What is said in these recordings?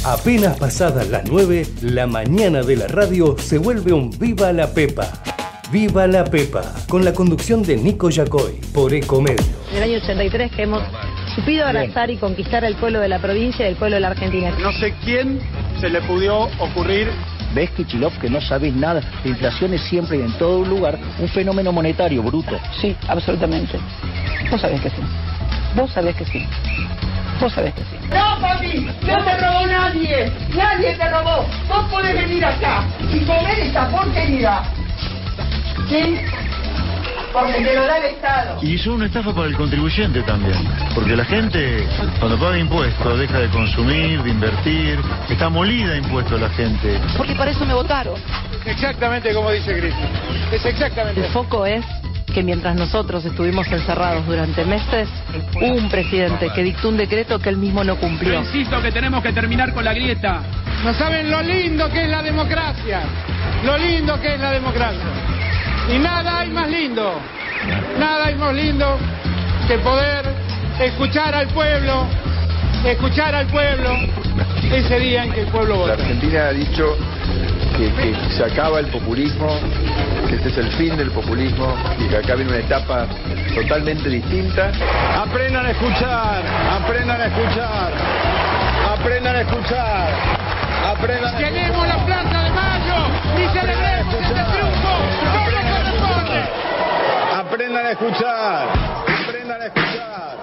Apenas pasadas las 9, la mañana de la radio se vuelve un Viva la Pepa. Viva la Pepa, con la conducción de Nico Yacoy, por Ecomedio. En el año 83 que hemos supido abrazar y conquistar al pueblo de la provincia y al pueblo de la Argentina. No sé quién se le pudo ocurrir. ¿Ves, Kichilov, que no sabés nada? La inflación es siempre y en todo lugar un fenómeno monetario bruto. Sí, absolutamente. Vos sabés que sí. Vos sabés que sí. Vos sabés que sí. No, papi, no te robó nadie. Nadie te robó. Vos podés venir acá y comer esta porquería. ¿Sí? Porque te lo da el Estado. Y son una estafa para el contribuyente también. Porque la gente, cuando paga impuestos, deja de consumir, de invertir. Está molida impuestos la gente. Porque para eso me votaron. Exactamente como dice Griffith. Es exactamente. El foco es que mientras nosotros estuvimos encerrados durante meses, hubo un presidente que dictó un decreto que él mismo no cumplió. Yo insisto que tenemos que terminar con la grieta. No saben lo lindo que es la democracia. Lo lindo que es la democracia. Y nada hay más lindo. Nada hay más lindo que poder escuchar al pueblo. Escuchar al pueblo ese día en que el pueblo vota. La Argentina ha dicho que se acaba el populismo, que este es el fin del populismo y que acá viene una etapa totalmente distinta. Aprendan a escuchar, aprendan a escuchar, aprendan a escuchar, aprendan a escuchar. Llenemos la Plaza de Mayo y celebremos este triunfo como corresponde. Aprendan a escuchar, aprendan a escuchar.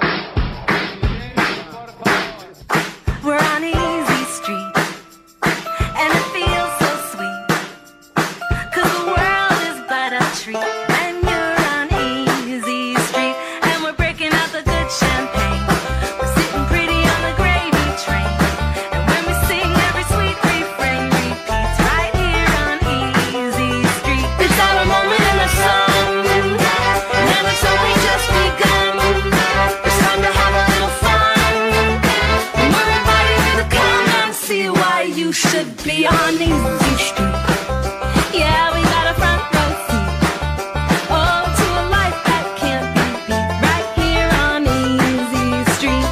We're on Easy Street, and it feels so sweet, 'cause the world is but a treat when you're on Easy Street, and we're breaking out the good champagne, we're sitting pretty on the gravy train, and when we sing every sweet refrain repeats right here on Easy Street. It's our moment in the sun, and it's only just begun. It's time to have a little fun, and we're inviting you to come and see why you should be on Easy Street. Yeah, we got a front row seat, oh, to a life that can't be beat, right here on Easy Street.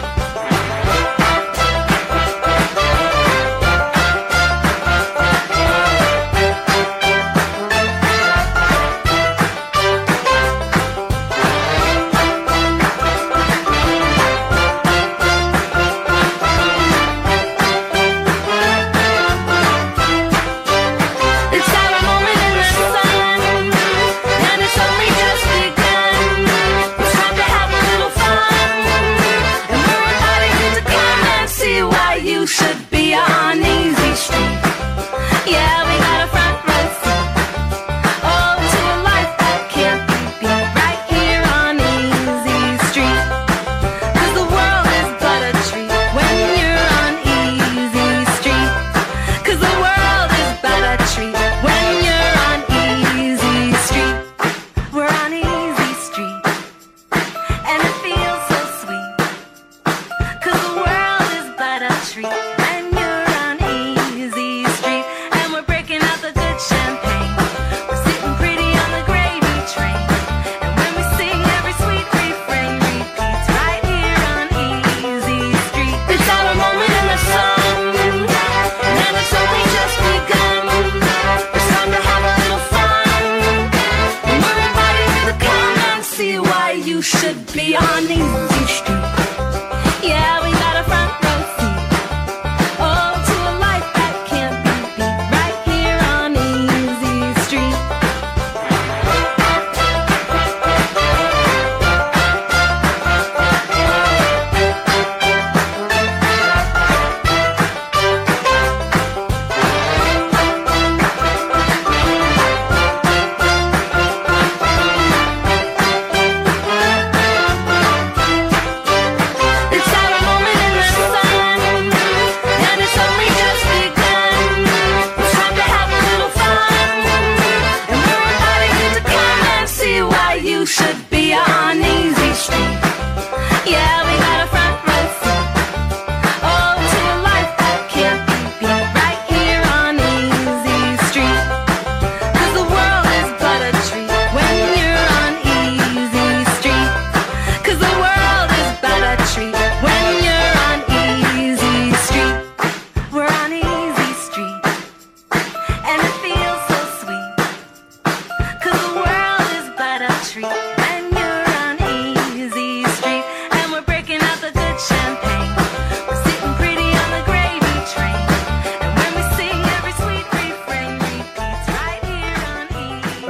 It's our moment in the sun, and it's only just begun. It's time to have a little fun, and we're inviting you to come and see why you should be on Easy Street. Yeah, we got a front row seat, oh, to a life that can't be beat, right here on Easy Street. 'Cause the world is but a treat when you're on Easy Street. 'Cause the world is but a treat when you're on Easy Street. We're on Easy Street, and it feels so sweet. 'Cause the world is but a treat when you're on Easy Street, and we're breaking out the good champagne. We're sitting pretty on the gravy train, and when we sing every sweet refrain repeats right here on Easy Street. It's our moment in the sun, and it's only just begun. It's time to have a little fun, and we're inviting you to come and see why you should be on Easy Street. Yeah, we got a front row seat,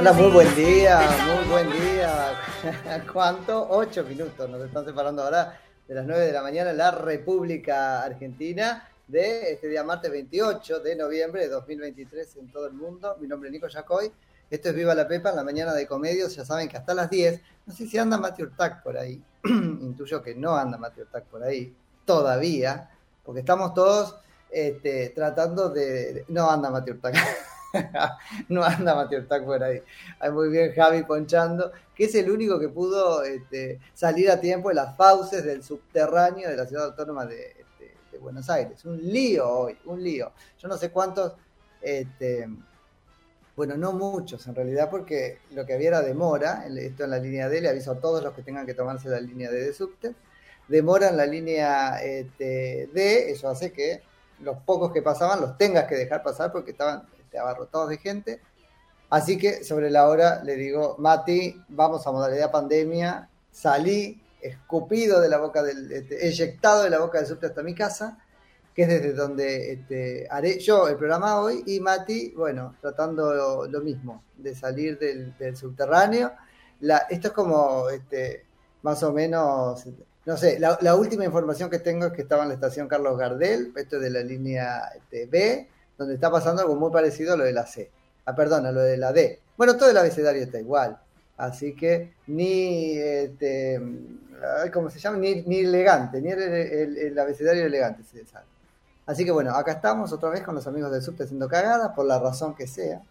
Hola, muy buen día, muy buen día. ¿Cuánto? 8 minutos. Nos están separando ahora de las 9 de la mañana en la República Argentina de este día martes 28 de noviembre de 2023 en todo el mundo. Mi nombre es Nico Yacoy. Esto es Viva la Pepa en la mañana de Comedios. Ya saben que hasta las 10. No sé si anda Mati Urtac por ahí. Intuyo que no anda Mati Urtac por ahí todavía, porque estamos todos tratando de... No anda Mati Urtac. No anda Mati Urtac por ahí. Hay muy bien Javi ponchando, que es el único que pudo salir a tiempo de las fauces del subterráneo de la ciudad autónoma de Buenos Aires. Un lío hoy, un lío. Yo no sé cuántos, bueno, no muchos en realidad, porque lo que había era demora, esto en la línea D, le aviso a todos los que tengan que tomarse la línea D de subte, demora en la línea D, eso hace que los pocos que pasaban los tengas que dejar pasar porque estaban abarrotados de gente. Así que sobre la hora le digo, Mati, vamos a modalidad pandemia. Salí escupido de la boca eyectado de la boca del subte hasta mi casa, que es desde donde haré yo el programa hoy, y Mati, bueno, tratando lo mismo, de salir del subterráneo. Esto es como más o menos, no sé, la última información que tengo es que estaba en la estación Carlos Gardel, esto es de la línea B, donde está pasando algo muy parecido a lo de la C. Perdón, a lo de la D. Bueno, todo el abecedario está igual. Así que ni, ¿cómo se llama? Ni elegante, ni el abecedario elegante se sale. Así que bueno, acá estamos otra vez con los amigos del subte haciendo cagadas, por la razón que sea,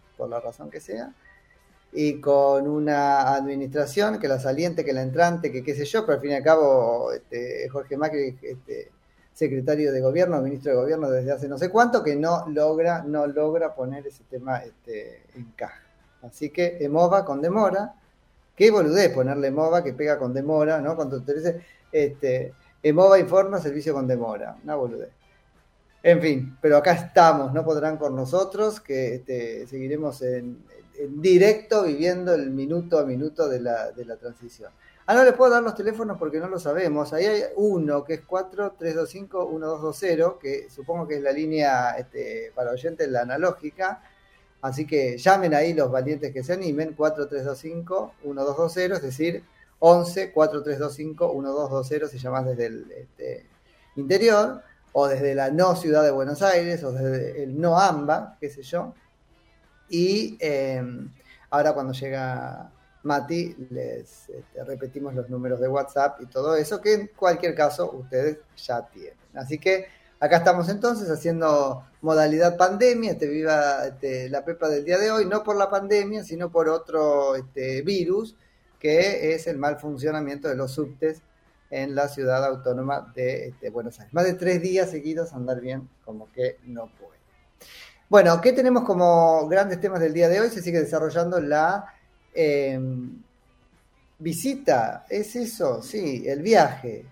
y con una administración, que la saliente, que la entrante, que qué sé yo, pero al fin y al cabo Jorge Macri, secretario de gobierno, ministro de gobierno desde hace no sé cuánto, que no logra poner ese tema en caja. Así que EMOVA con demora, qué boludez ponerle EMOVA que pega con demora, ¿no? Cuando te dice EMOVA informa, servicio con demora, una boludez. En fin, pero acá estamos, no podrán con nosotros, que seguiremos en directo viviendo el minuto a minuto de la transición. No les puedo dar los teléfonos porque no lo sabemos. Ahí hay uno que es 4325-1220, que supongo que es la línea para oyentes, la analógica. Así que llamen ahí los valientes que se animen, 4325-1220, es decir, 11-4325-1220 si llamas desde el interior, o desde la no ciudad de Buenos Aires, o desde el no AMBA, qué sé yo. Y ahora cuando llega Mati, les repetimos los números de WhatsApp y todo eso, que en cualquier caso ustedes ya tienen. Así que acá estamos entonces haciendo modalidad pandemia, viva la Pepa del día de hoy, no por la pandemia, sino por otro virus, que es el mal funcionamiento de los subtes en la ciudad autónoma de Buenos Aires. Más de 3 días seguidos andar bien, como que no puede. Bueno, ¿qué tenemos como grandes temas del día de hoy? Se sigue desarrollando la visita, ¿es eso? Sí, el viaje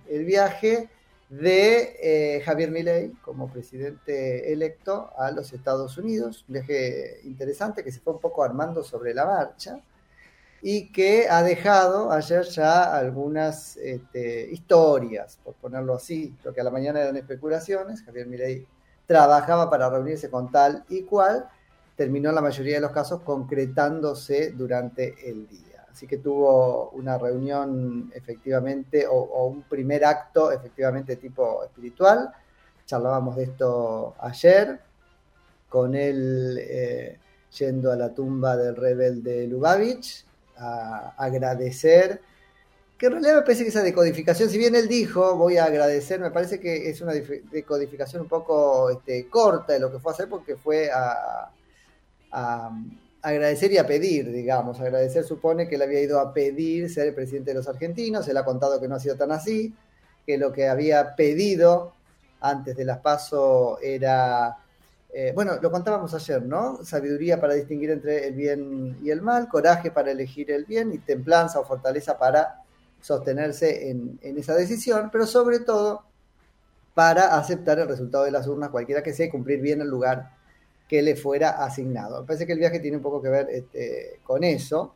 de Javier Milei como presidente electo a los Estados Unidos, un viaje interesante que se fue un poco armando sobre la marcha y que ha dejado ayer ya algunas historias, por ponerlo así, lo que a la mañana eran especulaciones. Javier Milei trabajaba para reunirse con tal y cual, terminó en la mayoría de los casos concretándose durante el día. Así que tuvo una reunión efectivamente, o un primer acto efectivamente tipo espiritual. Charlábamos de esto ayer, con él yendo a la tumba del rebelde Lubavitch, a agradecer, que en realidad me parece que esa decodificación, si bien él dijo, voy a agradecer, me parece que es una decodificación un poco corta de lo que fue a hacer, porque fue a agradecer y a pedir, digamos. Agradecer supone que él había ido a pedir ser el presidente de los argentinos, él ha contado que no ha sido tan así, que lo que había pedido antes de las PASO era, bueno, lo contábamos ayer, ¿no? Sabiduría para distinguir entre el bien y el mal, coraje para elegir el bien y templanza o fortaleza para sostenerse en esa decisión, pero sobre todo para aceptar el resultado de las urnas, cualquiera que sea, y cumplir bien el lugar que le fuera asignado. Me parece que el viaje tiene un poco que ver con eso,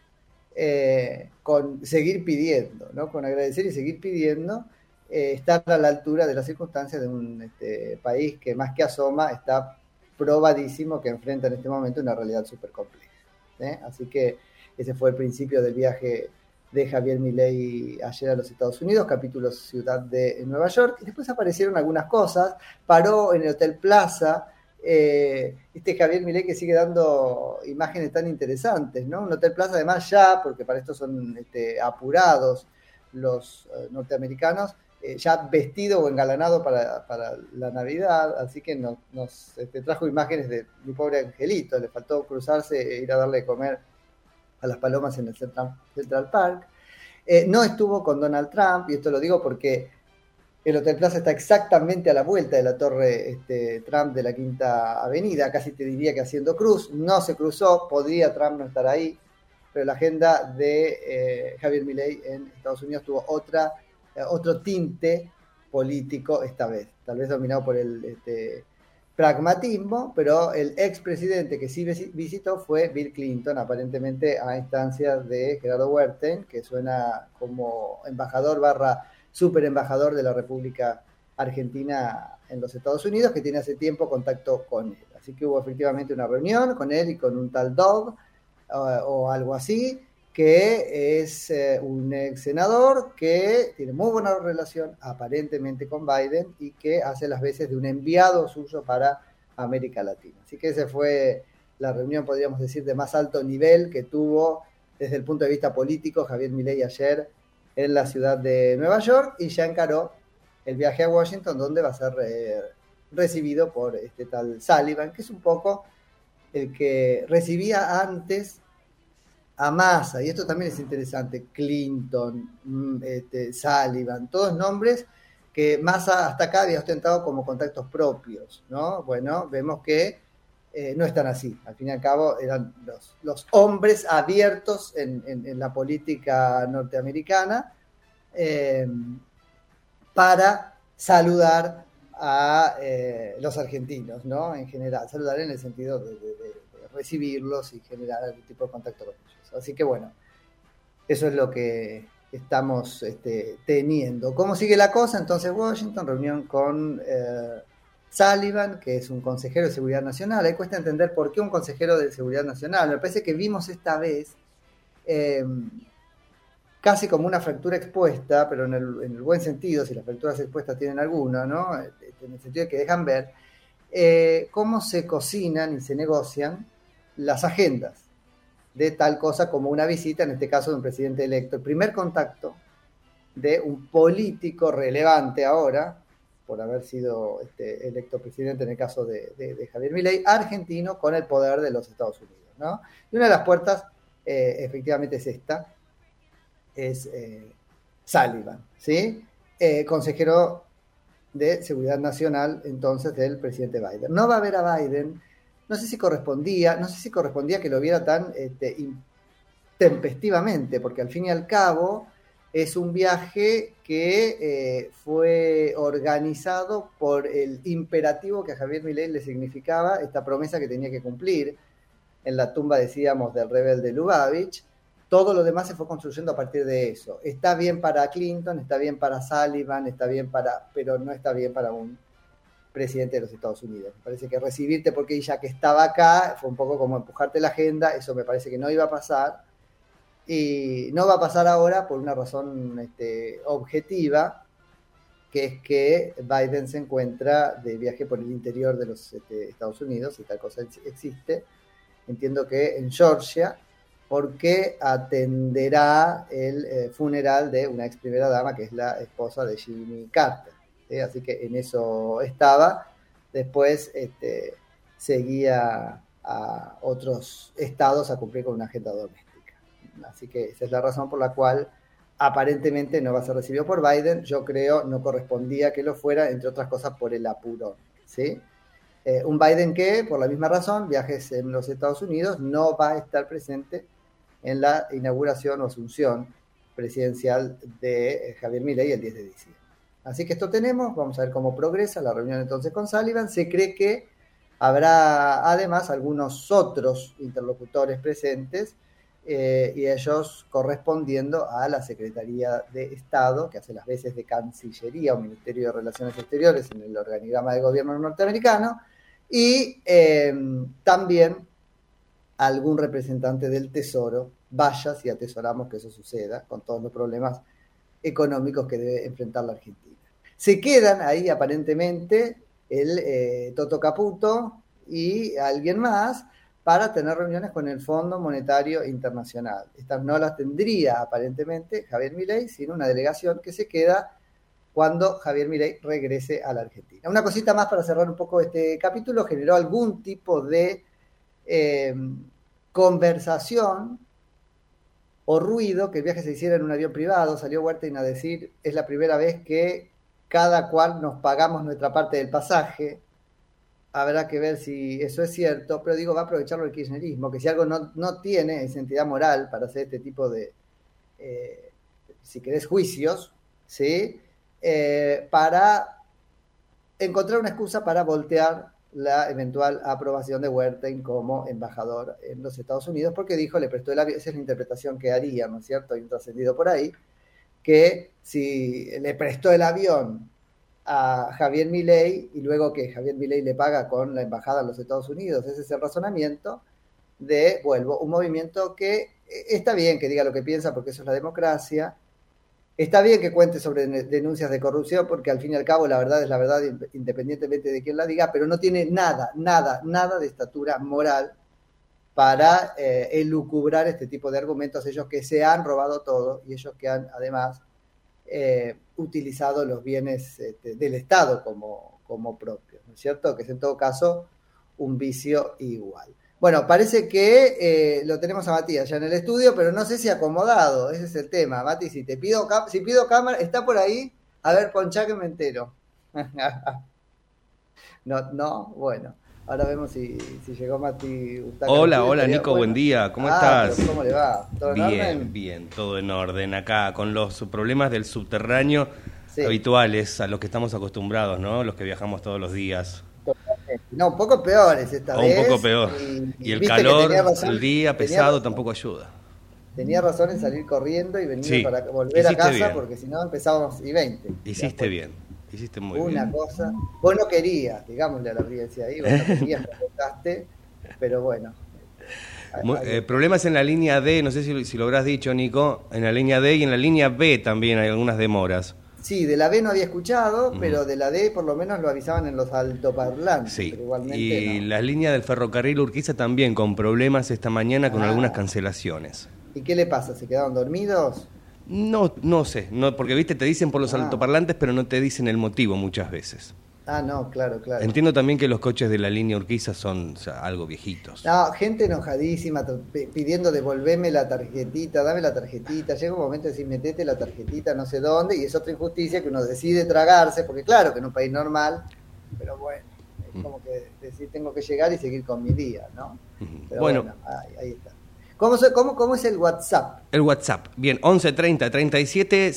con seguir pidiendo, ¿no? Con agradecer y seguir pidiendo, estar a la altura de las circunstancias de un país que más que asoma está probadísimo que enfrenta en este momento una realidad súper compleja. Así que ese fue el principio del viaje de Javier Milei ayer a los Estados Unidos, capítulo ciudad de Nueva York. Y después aparecieron algunas cosas, paró en el Hotel Plaza, Javier Milei que sigue dando imágenes tan interesantes, ¿no? Un Hotel Plaza además ya, porque para esto son apurados los norteamericanos, ya vestido o engalanado para la Navidad, así que nos trajo imágenes de mi pobre angelito, le faltó cruzarse e ir a darle de comer a las palomas en el Central Park. No estuvo con Donald Trump, y esto lo digo porque el Hotel Plaza está exactamente a la vuelta de la torre Trump de la Quinta Avenida, casi te diría que haciendo cruz. No se cruzó, podría Trump no estar ahí, pero la agenda de Javier Milei en Estados Unidos tuvo otro tinte político esta vez, tal vez dominado por el pragmatismo, pero el expresidente que sí visitó fue Bill Clinton, aparentemente a instancias de Gerardo Huerten, que suena como embajador / super embajador de la República Argentina en los Estados Unidos, que tiene hace tiempo contacto con él. Así que hubo efectivamente una reunión con él y con un tal Doug, o algo así, que es un ex senador que tiene muy buena relación aparentemente con Biden y que hace las veces de un enviado suyo para América Latina. Así que esa fue la reunión, podríamos decir, de más alto nivel que tuvo desde el punto de vista político Javier Milei ayer en la ciudad de Nueva York, y ya encaró el viaje a Washington, donde va a ser recibido por este tal Sullivan, que es un poco el que recibía antes a Massa, y esto también es interesante, Clinton, Sullivan, todos nombres que Massa hasta acá había ostentado como contactos propios, ¿no? Bueno, vemos que no están así. Al fin y al cabo eran los hombres abiertos en la política norteamericana para saludar a los argentinos, ¿no? En general, saludar en el sentido de recibirlos y generar algún tipo de contacto con ellos. Así que bueno, eso es lo que estamos teniendo. ¿Cómo sigue la cosa? Entonces Washington, reunión con Sullivan, que es un consejero de Seguridad Nacional. Ahí cuesta entender por qué un consejero de Seguridad Nacional. Me parece que vimos esta vez casi como una fractura expuesta, pero en el buen sentido, si las fracturas expuestas tienen alguna, ¿no? En el sentido de que dejan ver cómo se cocinan y se negocian las agendas de tal cosa como una visita, en este caso de un presidente electo. El primer contacto de un político relevante ahora, por haber sido electo presidente en el caso de Javier Milei, argentino, con el poder de los Estados Unidos, ¿no? Y una de las puertas, efectivamente, es esta, es Sullivan, ¿sí? Consejero de Seguridad Nacional, entonces, del presidente Biden. No va a ver a Biden. No sé si correspondía que lo viera tan intempestivamente, porque al fin y al cabo es un viaje que fue organizado por el imperativo que a Javier Milei le significaba, esta promesa que tenía que cumplir en la tumba, decíamos, del rebelde Lubavitch. Todo lo demás se fue construyendo a partir de eso. Está bien para Clinton, está bien para Sullivan, pero no está bien para un presidente de los Estados Unidos. Me parece que recibirte porque ya que estaba acá fue un poco como empujarte la agenda. Eso me parece que no iba a pasar, y no va a pasar ahora por una razón objetiva, que es que Biden se encuentra de viaje por el interior de los Estados Unidos, y tal cosa existe, entiendo que en Georgia, porque atenderá el funeral de una ex primera dama que es la esposa de Jimmy Carter. Así que en eso estaba. Después seguía a otros estados a cumplir con una agenda doméstica. Así que esa es la razón por la cual aparentemente no va a ser recibido por Biden. Yo creo no correspondía que lo fuera, entre otras cosas por el apurón, ¿sí? Un Biden que, por la misma razón, viajes en los Estados Unidos, no va a estar presente en la inauguración o asunción presidencial de Javier Milei el 10 de diciembre. Así que esto tenemos, vamos a ver cómo progresa la reunión entonces con Sullivan. Se cree que habrá además algunos otros interlocutores presentes, y ellos correspondiendo a la Secretaría de Estado, que hace las veces de Cancillería o Ministerio de Relaciones Exteriores en el organigrama del gobierno norteamericano, y también algún representante del Tesoro vaya, si atesoramos que eso suceda, con todos los problemas económicos que debe enfrentar la Argentina. Se quedan ahí aparentemente el Toto Caputo y alguien más para tener reuniones con el Fondo Monetario Internacional. Estas no las tendría aparentemente Javier Milei, sino una delegación que se queda cuando Javier Milei regrese a la Argentina. Una cosita más para cerrar un poco este capítulo: generó algún tipo de conversación o ruido que el viaje se hiciera en un avión privado. Salió Huerta a decir, es la primera vez que cada cual nos pagamos nuestra parte del pasaje. Habrá que ver si eso es cierto, pero digo, va a aprovecharlo el kirchnerismo, que si algo no tiene esa entidad moral para hacer este tipo de, si querés, juicios, ¿sí? Para encontrar una excusa para voltear la eventual aprobación de Huertain como embajador en los Estados Unidos, porque dijo, le prestó el avión. Esa es la interpretación que haría, ¿no es cierto? Hay un trascendido por ahí, que si le prestó el avión a Javier Milei y luego que Javier Milei le paga con la embajada en los Estados Unidos, ese es el razonamiento de, vuelvo, un movimiento que está bien que diga lo que piensa porque eso es la democracia, está bien que cuente sobre denuncias de corrupción porque al fin y al cabo la verdad es la verdad independientemente de quién la diga, pero no tiene nada de estatura moral para elucubrar este tipo de argumentos, ellos que se han robado todo y ellos que han además utilizado los bienes del Estado como propios, ¿no es cierto? Que es en todo caso un vicio igual. Bueno, parece que lo tenemos a Matías ya en el estudio, pero no sé si acomodado, ese es el tema. Mati, si pido cámara, ¿está por ahí? A ver, ponchá que me entero. No, bueno. Ahora vemos si llegó Mati. Hola Nico, buen día, ¿cómo estás? ¿Cómo le va? ¿Todo en orden? Bien, todo en orden acá, con los problemas del subterráneo habituales a los que estamos acostumbrados, ¿no? Los que viajamos todos los días. No, un poco peores esta vez. Un poco peor. Y el calor, el día pesado tampoco ayuda. Tenía razón en salir corriendo y venir para volver a casa, bien. Porque si no empezábamos y 20. Hiciste bien. Hiciste muy bien. Una cosa, vos no querías, digámosle a la audiencia ahí, vos no querías, preguntaste, pero bueno. Problemas en la línea D, no sé si lo habrás dicho, Nico, en la línea D y en la línea B también hay algunas demoras. Sí, de la B no había escuchado, pero de la D por lo menos lo avisaban en los altoparlantes. Sí, pero igualmente y no. La línea del ferrocarril Urquiza también con problemas esta mañana con algunas cancelaciones. ¿Y qué le pasa? ¿Se quedaron dormidos? No sé, porque viste, te dicen por los altoparlantes, pero no te dicen el motivo muchas veces. No, claro. Entiendo también que los coches de la línea Urquiza son algo viejitos. No, gente enojadísima, pidiendo devolverme la tarjetita, dame la tarjetita. Llega un momento de decir, metete la tarjetita no sé dónde, y es otra injusticia que uno decide tragarse, porque claro que en un país normal, pero bueno, es como que decir, tengo que llegar y seguir con mi día, ¿no? Pero bueno, ahí está. ¿Cómo es el WhatsApp? El WhatsApp, bien, 11 30 37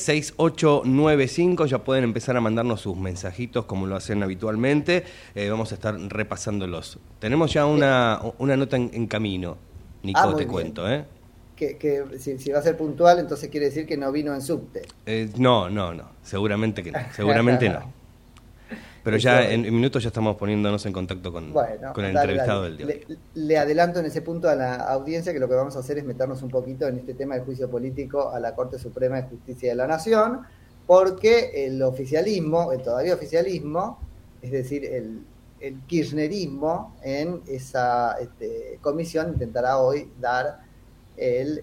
6895, ya pueden empezar a mandarnos sus mensajitos como lo hacen habitualmente, vamos a estar repasándolos. Tenemos ya una nota en camino, Nico, te cuento, Que si va a ser puntual, entonces quiere decir que no vino en subte. No, seguramente que no, no. Pero ya en minutos ya estamos poniéndonos en contacto con el entrevistado del día. Le adelanto en ese punto a la audiencia que lo que vamos a hacer es meternos un poquito en este tema del juicio político a la Corte Suprema de Justicia de la Nación, porque el oficialismo, el todavía oficialismo, es decir, el kirchnerismo en esa comisión intentará hoy dar el...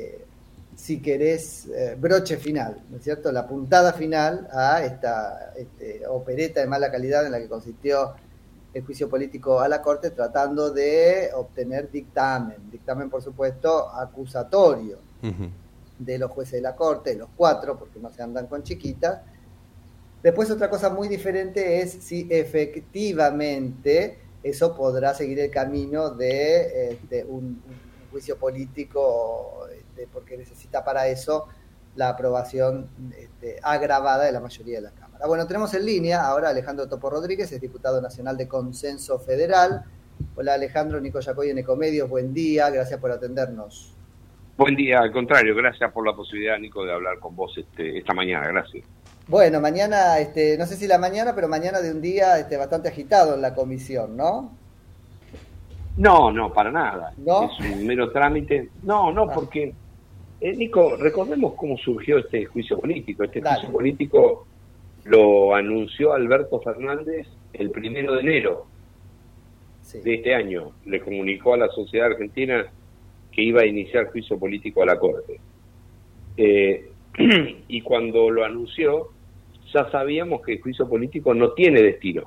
si querés, broche final, ¿no es cierto? La puntada final a esta opereta de mala calidad en la que consistió el juicio político a la Corte, tratando de obtener dictamen por supuesto, acusatorio de los jueces de la Corte, de los 4, porque no se andan con chiquitas. Después otra cosa muy diferente es si efectivamente eso podrá seguir el camino de un juicio político, porque necesita para eso la aprobación agravada de la mayoría de la Cámara. Bueno, tenemos en línea ahora a Alejandro Topo Rodríguez, es diputado nacional de Consenso Federal. Hola Alejandro, Nico Yacoy en Ecomedios, buen día, gracias por atendernos. Buen día, al contrario, gracias por la posibilidad, Nico, de hablar con vos esta mañana, gracias. Bueno, mañana, no sé si la mañana, pero mañana de un día bastante agitado en la comisión, ¿no? No, para nada. ¿No? Es un mero trámite. No, porque, Nico, recordemos cómo surgió este juicio político. Este juicio político lo anunció Alberto Fernández el 1 de enero de este año. Le comunicó a la sociedad argentina que iba a iniciar juicio político a la Corte. Y cuando lo anunció, ya sabíamos que el juicio político no tiene destino.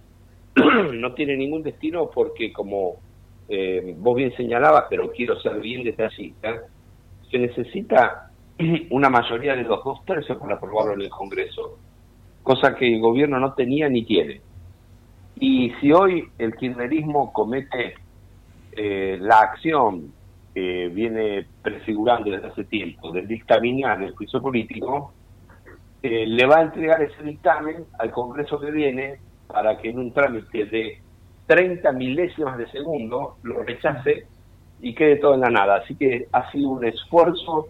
No tiene ningún destino porque, como vos bien señalabas, pero quiero ser bien detallista, se necesita una mayoría de los 2/3 para aprobarlo en el Congreso, cosa que el gobierno no tenía ni tiene. Y si hoy el kirchnerismo comete la acción que viene prefigurando desde hace tiempo, del dictaminar el juicio político, le va a entregar ese dictamen al Congreso que viene para que en un trámite de 30 milésimas de segundo lo rechace y quede todo en la nada. Así que ha sido un esfuerzo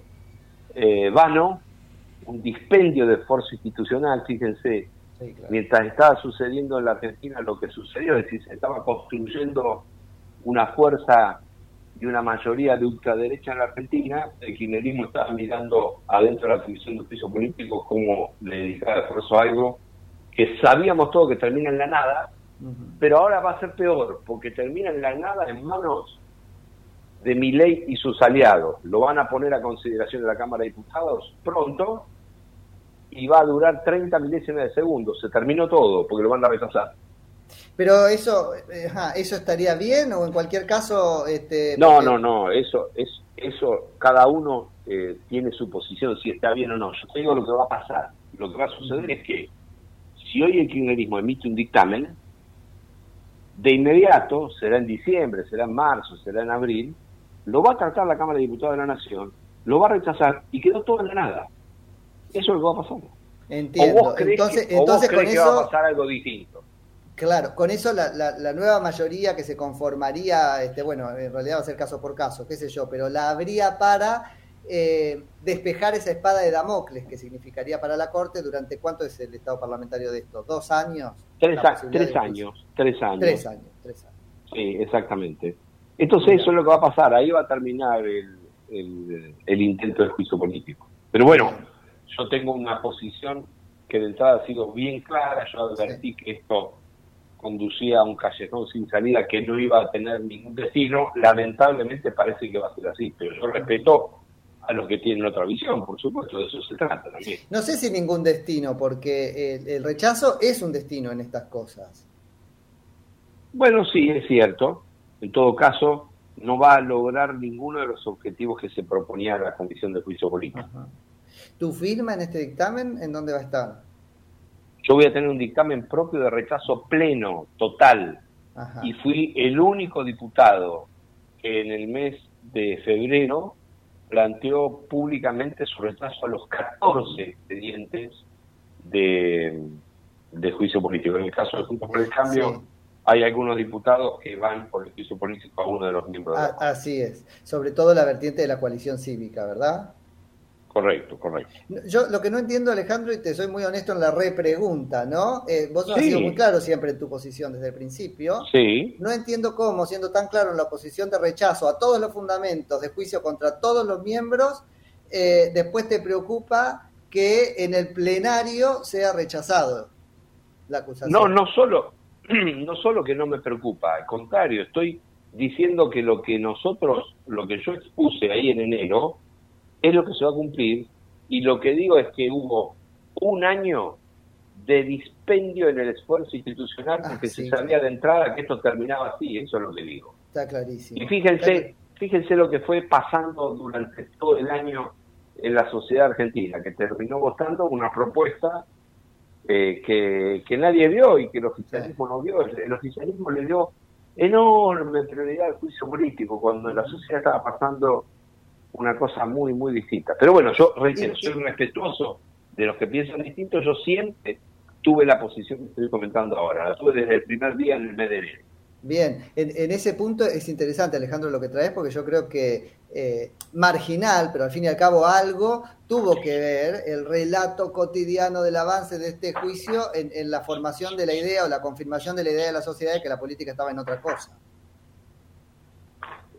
vano, un dispendio de esfuerzo institucional. Fíjense, mientras estaba sucediendo en la Argentina lo que sucedió, es decir, se estaba construyendo una fuerza y una mayoría de ultraderecha en la Argentina, el kirchnerismo estaba mirando adentro de la Comisión de Juicio Político cómo le dedicaba esfuerzo a algo que sabíamos todo que termina en la nada, pero ahora va a ser peor, porque termina en la nada en manos de Milei y sus aliados. Lo van a poner a consideración de la Cámara de Diputados pronto y va a durar 30 milésimas de segundo. Se terminó todo, porque lo van a rechazar. Pero eso estaría bien, o en cualquier caso... No, eso cada uno tiene su posición, si está bien o no. Yo te digo lo que va a pasar. Lo que va a suceder es que si hoy el kirchnerismo emite un dictamen, de inmediato, será en diciembre, será en marzo, será en abril, lo va a tratar la Cámara de Diputados de la Nación, lo va a rechazar y quedó todo en la nada. Eso es lo que va a pasar. Entiendo. ¿O vos crees que va a pasar algo distinto? Claro, con eso la nueva mayoría que se conformaría, en realidad va a ser caso por caso, qué sé yo, pero la habría para despejar esa espada de Damocles, que significaría para la Corte. ¿Durante cuánto es el estado parlamentario de esto? ¿2 años? 3 años. 3 años. 3 años. Sí, exactamente. Entonces eso es lo que va a pasar, ahí va a terminar el intento de juicio político. Pero bueno, yo tengo una posición que de entrada ha sido bien clara. Yo advertí que esto conducía a un callejón sin salida que no iba a tener ningún destino. Lamentablemente parece que va a ser así, pero yo respeto a los que tienen otra visión, por supuesto, de eso se trata también. No sé si ningún destino, porque el rechazo es un destino en estas cosas. Bueno, sí, es cierto. En todo caso, no va a lograr ninguno de los objetivos que se proponía la Comisión de Juicio Político. Ajá. ¿Tu firma en este dictamen en dónde va a estar? Yo voy a tener un dictamen propio de rechazo pleno, total. Ajá. Y fui el único diputado que en el mes de febrero planteó públicamente su rechazo a los 14 expedientes de juicio político. En el caso de Juntos por el Cambio, hay algunos diputados que van por el juicio político a uno de los miembros de la Corte. Así es, sobre todo la vertiente de la coalición cívica, ¿verdad? Correcto. Yo lo que no entiendo, Alejandro, y te soy muy honesto en la repregunta, ¿no? Vos has sido muy claro siempre en tu posición desde el principio. Sí. No entiendo cómo, siendo tan claro en la posición de rechazo a todos los fundamentos de juicio contra todos los miembros, después te preocupa que en el plenario sea rechazado la acusación. No solo que no me preocupa, al contrario, estoy diciendo que lo que yo expuse ahí en enero es lo que se va a cumplir, y lo que digo es que hubo un año de dispendio en el esfuerzo institucional porque se sabía de entrada que esto terminaba así. Eso es lo que digo. Está clarísimo. Y fíjense lo que fue pasando durante todo el año en la sociedad argentina, que terminó votando una propuesta que nadie vio y que el oficialismo no vio. El oficialismo le dio enorme prioridad al juicio político cuando en la sociedad estaba pasando una cosa muy, muy distinta. Pero bueno, yo reitero, soy respetuoso de los que piensan distinto. Yo siempre tuve la posición que estoy comentando ahora, la tuve desde el primer día en el mes de enero. Bien, en ese punto es interesante, Alejandro, lo que traes, porque yo creo que marginal, pero al fin y al cabo algo tuvo que ver el relato cotidiano del avance de este juicio en la formación de la idea o la confirmación de la idea de la sociedad de que la política estaba en otra cosa.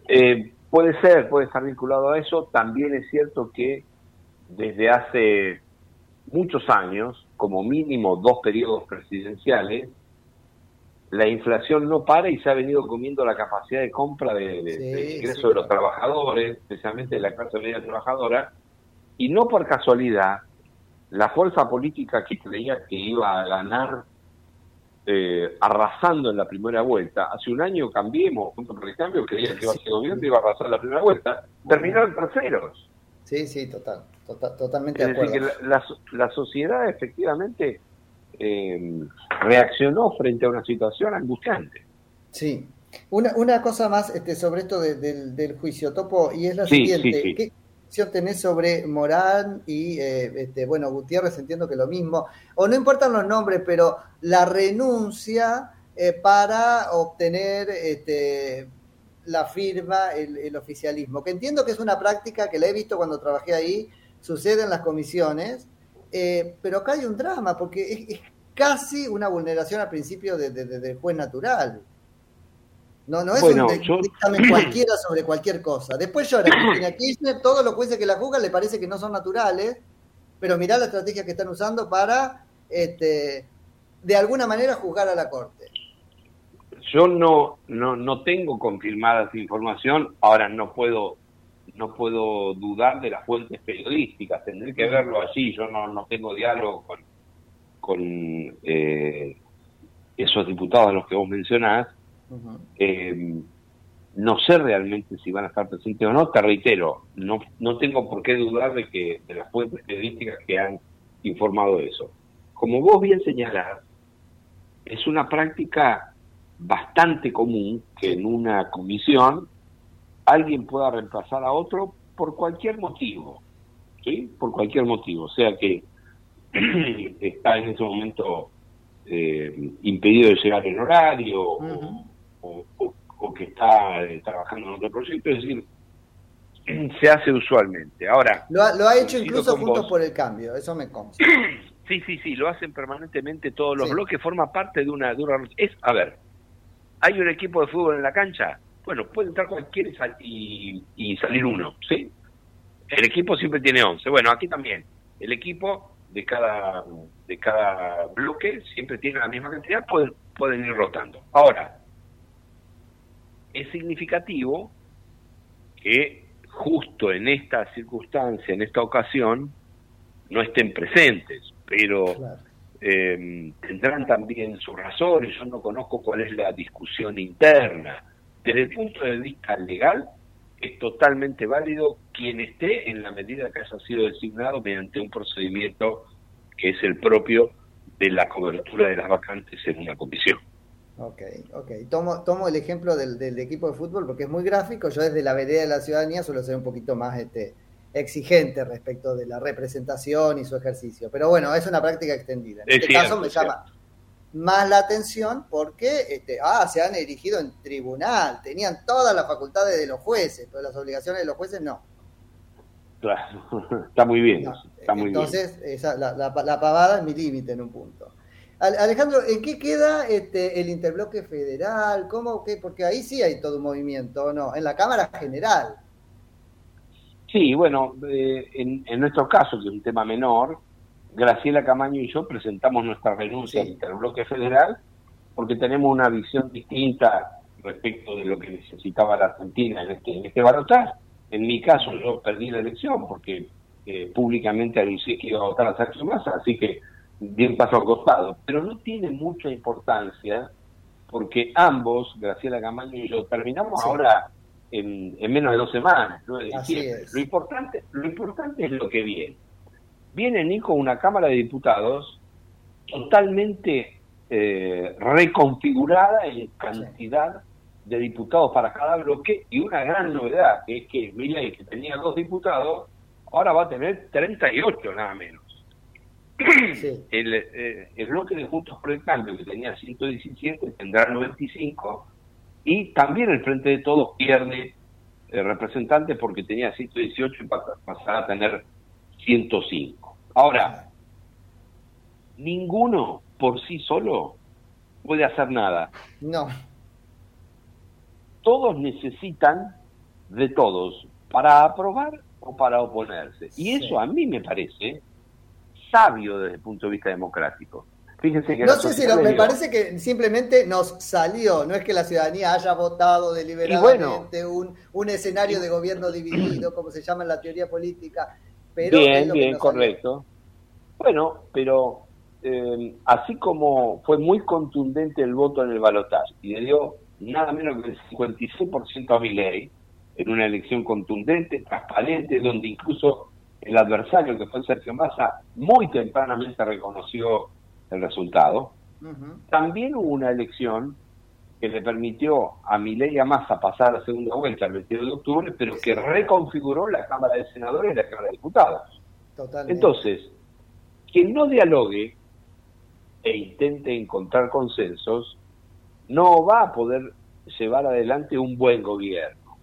Puede estar vinculado a eso. También es cierto que desde hace muchos años, como mínimo 2 periodos presidenciales, la inflación no para y se ha venido comiendo la capacidad de compra de ingreso de los trabajadores, especialmente de la clase media trabajadora, y no por casualidad, la fuerza política que creía que iba a ganar arrasando en la primera vuelta, hace un año Cambiemos, junto por el Cambio, creía que iba a ser gobierno y iba a arrasar en la primera vuelta, terminaron terceros. Sí, totalmente de Es acuerdo. decir, que la sociedad efectivamente reaccionó frente a una situación angustiante. Sí. Una cosa más sobre esto del juicio, Topo, y es la Sí, siguiente. sí. ¿Qué visión tenés sobre Morán y, Gutiérrez? Entiendo que lo mismo. O no importan los nombres, pero la renuncia para obtener la firma, el oficialismo. Que entiendo que es una práctica que la he visto cuando trabajé ahí, sucede en las comisiones, pero acá hay un drama, porque es casi una vulneración al principio del juez natural. No es un dictamen cualquiera sobre cualquier cosa. Después llora Cristina Kirchner, todos los jueces que la juzgan le parece que no son naturales, pero mirá la estrategia que están usando para, de alguna manera, juzgar a la Corte. Yo no tengo confirmada esa información, ahora no puedo dudar de las fuentes periodísticas, tendré que verlo allí. Yo no tengo diálogo con esos diputados a los que vos mencionás. No sé realmente si van a estar presentes o no. Te reitero, no tengo por qué dudar de las fuentes periodísticas que han informado eso. Como vos bien señalás, es una práctica bastante común que en una comisión alguien pueda reemplazar a otro por cualquier motivo, ¿sí? Por cualquier motivo, o sea que está en ese momento impedido de llegar en horario, o que está trabajando en otro proyecto, es decir, se hace usualmente. Ahora, lo ha hecho incluso Juntos por el Cambio, eso me consta. Sí, lo hacen permanentemente todos los bloques, forma parte de una... A ver, ¿hay un equipo de fútbol en la cancha? Bueno, puede entrar cualquiera y salir uno, ¿sí? El equipo siempre tiene 11. Bueno, aquí también. El equipo de cada bloque siempre tiene la misma cantidad, pueden ir rotando. Ahora, es significativo que justo en esta circunstancia, en esta ocasión, no estén presentes, pero tendrán también sus razones. Yo no conozco cuál es la discusión interna. Desde el punto de vista legal, es totalmente válido quien esté en la medida que haya sido designado mediante un procedimiento que es el propio de la cobertura de las vacantes en una comisión. Ok. Tomo el ejemplo del equipo de fútbol porque es muy gráfico. Yo desde la vereda de la ciudadanía suelo ser un poquito más exigente respecto de la representación y su ejercicio. Pero bueno, es una práctica extendida. En este caso me llama más la atención porque se han erigido en tribunal. Tenían todas las facultades de los jueces, pero las obligaciones de los jueces no. Claro, está muy bien. No, está muy entonces, bien. La pavada es mi límite en un punto. Alejandro, ¿en qué queda el interbloque federal? ¿Cómo? ¿Qué? Porque ahí sí hay todo un movimiento, ¿no? En la Cámara General. Sí, bueno, en nuestro caso, que es un tema menor, Graciela Camaño y yo presentamos nuestra renuncia al interbloque federal porque tenemos una visión distinta respecto de lo que necesitaba la Argentina en este balotaje. En mi caso, yo perdí la elección porque públicamente anuncié que iba a votar a Sergio Massa, así que di un paso al costado. Pero no tiene mucha importancia porque ambos, Graciela Camaño y yo, terminamos ahora en menos de 2 semanas, 9 de diciembre. Lo importante es lo que viene. Viene, Nico, una Cámara de Diputados totalmente reconfigurada en cantidad de diputados para cada bloque, y una gran novedad, que es que Milei, que tenía 2 diputados, ahora va a tener 38 nada menos. Sí. El bloque de Juntos por el Cambio, que tenía 117, tendrá 95, y también el Frente de Todos pierde representantes porque tenía 118 y pasará a tener 105. Ahora, ninguno por sí solo puede hacer nada. No. Todos necesitan de todos para aprobar o para oponerse. Y eso a mí me parece sabio desde el punto de vista democrático. Fíjense que no sé si me parece que simplemente nos salió, no es que la ciudadanía haya votado deliberadamente un escenario de gobierno dividido, como se llama en la teoría política, pero bien, correcto. Bueno, pero así como fue muy contundente el voto en el balotaje y le dio nada menos que el 56% a Milei en una elección contundente, transparente, donde incluso el adversario, que fue Sergio Massa, muy tempranamente reconoció el resultado. También hubo una elección que le permitió a Milei y a Massa pasar a la segunda vuelta el 22 de octubre, pero que reconfiguró la Cámara de Senadores y la Cámara de Diputados. Totalmente. Entonces, quien no dialogue e intente encontrar consensos, no va a poder llevar adelante un buen gobierno.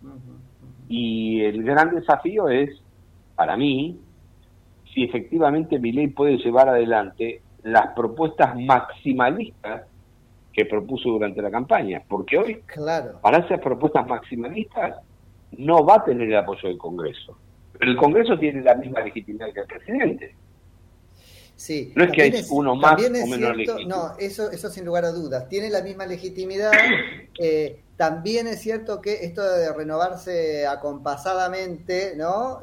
Y el gran desafío es, para mí, si efectivamente Milei puede llevar adelante las propuestas maximalistas que propuso durante la campaña, porque hoy, para esas propuestas maximalistas, no va a tener el apoyo del Congreso. Pero el Congreso tiene la misma legitimidad que el presidente. Sí, no es que hay uno más o menos legítimo. No, eso sin lugar a dudas. Tiene la misma legitimidad. También es cierto que esto de renovarse acompasadamente, ¿no?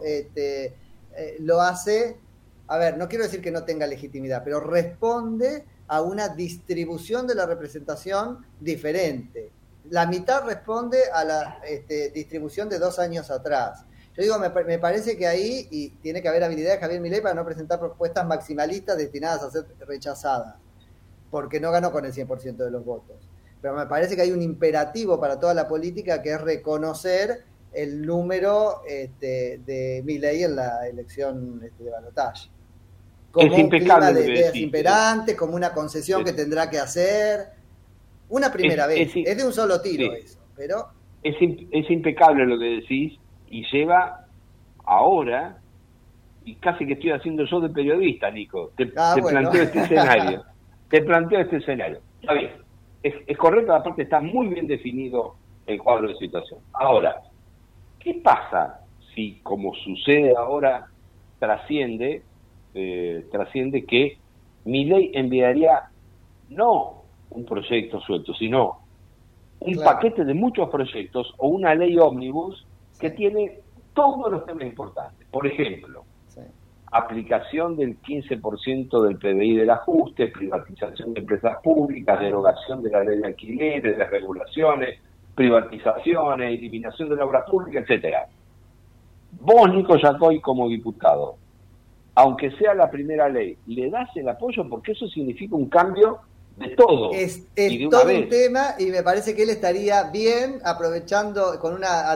Lo hace, a ver, no quiero decir que no tenga legitimidad, pero responde a una distribución de la representación diferente. La mitad responde a la distribución de 2 años atrás. Yo digo, me parece que ahí y tiene que haber habilidad de Javier Milei para no presentar propuestas maximalistas destinadas a ser rechazadas, porque no ganó con el 100% de los votos. Pero me parece que hay un imperativo para toda la política, que es reconocer el número de Milei en la elección de balotaje. Como es impecable un clima de ideas imperantes, como una concesión que tendrá que hacer. Una primera vez. Es de un solo tiro eso. Pero es impecable lo que decís, y lleva ahora, y casi que estoy haciendo yo de periodista, Nico, te planteo este escenario. Te planteo este escenario. Está bien, es correcto, aparte está muy bien definido el cuadro de situación. Ahora, ¿qué pasa si, como sucede ahora, trasciende que Milei enviaría no un proyecto suelto, sino un paquete de muchos proyectos o una ley ómnibus que tiene todos los temas importantes? Por ejemplo, aplicación del 15% del PBI del ajuste, privatización de empresas públicas, derogación de la ley de alquileres, de regulaciones, privatizaciones, eliminación de la obra pública, etcétera. Vos, Nico Yacoy, como diputado, aunque sea la primera ley, ¿le das el apoyo? Porque eso significa un cambio de todo. Es todo un tema, y me parece que él estaría bien aprovechando con una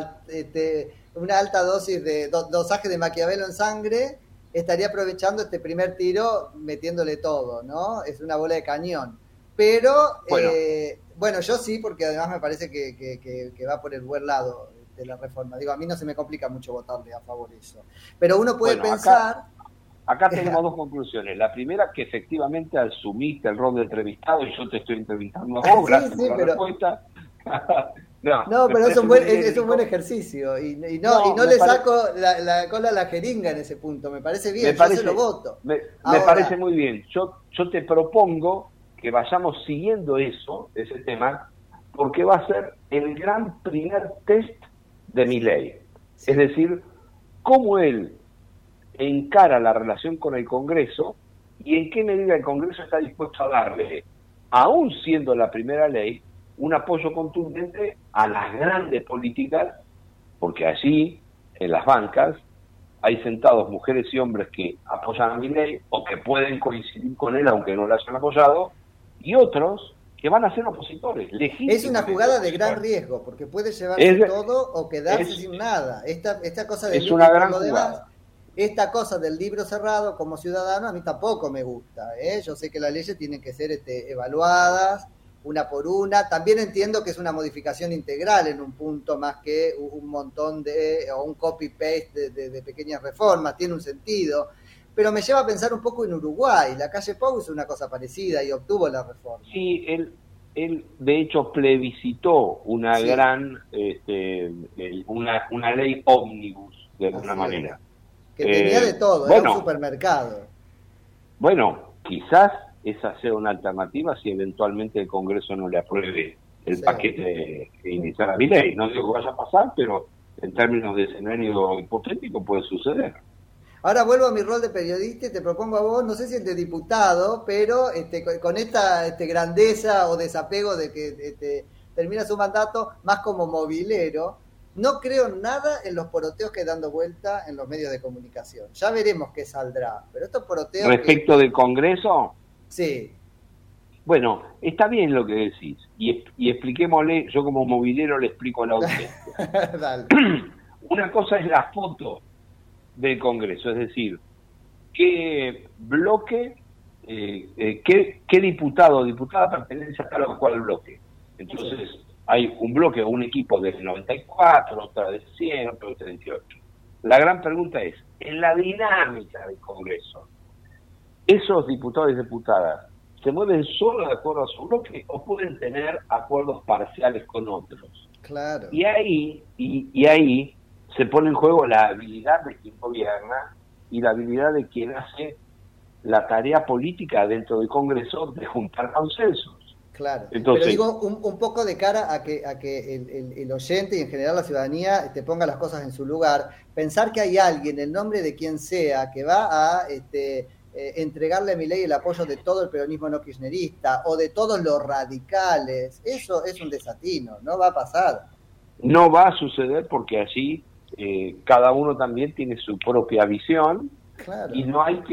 alta dosis de dosaje de Maquiavelo en sangre, estaría aprovechando este primer tiro metiéndole todo, ¿no? Es una bola de cañón. Pero, bueno, yo sí, porque además me parece que va por el buen lado de la reforma. Digo, a mí no se me complica mucho votarle a favor de eso. Pero uno puede pensar... Acá tenemos dos conclusiones. La primera, que efectivamente asumiste el rol de entrevistado y yo te estoy entrevistando a vos, gracias por la respuesta. No, pero es un buen ejercicio y no le saco la cola a la jeringa en ese punto. Me parece bien, yo se lo voto. Me parece muy bien. Yo te propongo que vayamos siguiendo ese tema, porque va a ser el gran primer test de Milei. Es decir, cómo él encara la relación con el Congreso y en qué medida el Congreso está dispuesto a darle, aún siendo la primera ley, un apoyo contundente a las grandes políticas, porque allí, en las bancas, hay sentados mujeres y hombres que apoyan a Milei o que pueden coincidir con él aunque no lo hayan apoyado, y otros que van a ser opositores legítimos. Es una jugada de gran riesgo, porque puede llevarse todo o quedarse sin nada. Esta cosa del una gran jugada. Esta cosa del libro cerrado como ciudadano a mí tampoco me gusta. Yo sé que las leyes tienen que ser evaluadas una por una. También entiendo que es una modificación integral en un punto, más que un montón o un copy-paste de pequeñas reformas. Tiene un sentido. Pero me lleva a pensar un poco en Uruguay. La calle Pou hizo una cosa parecida y obtuvo la reforma. Sí, él de hecho plebiscitó una gran, una ley ómnibus, de alguna manera. Que tenía de todo, era un supermercado. Bueno, quizás esa sea una alternativa si eventualmente el Congreso no le apruebe el paquete inicial a Milei. No digo que vaya a pasar, pero en términos de escenario hipotético puede suceder. Ahora vuelvo a mi rol de periodista y te propongo a vos, no sé si de diputado, pero con esta grandeza o desapego de que termina su mandato, más como movilero, no creo nada en los poroteos que dando vuelta en los medios de comunicación. Ya veremos qué saldrá, pero estos poroteos... ¿Respecto del Congreso? Sí. Bueno, está bien lo que decís, y expliquémosle, yo como movilero le explico a la audiencia. Dale. Una cosa es la foto del Congreso, es decir, qué bloque, qué diputado o diputada pertenece a tal o cual bloque. Entonces, hay un bloque o un equipo del 94, otra del 100, otro del 38. La gran pregunta es, en la dinámica del Congreso, ¿esos diputados y diputadas se mueven solo de acuerdo a su bloque o pueden tener acuerdos parciales con otros? Claro. Y ahí se pone en juego la habilidad de quien gobierna y la habilidad de quien hace la tarea política dentro del Congreso de juntar consensos. Claro, entonces, pero digo un poco de cara a que el oyente y en general la ciudadanía te ponga las cosas en su lugar, pensar que hay alguien, en nombre de quien sea, que va a entregarle a Milei el apoyo de todo el peronismo no kirchnerista o de todos los radicales, eso es un desatino, no va a pasar. No va a suceder porque así cada uno también tiene su propia visión. Claro. y no hay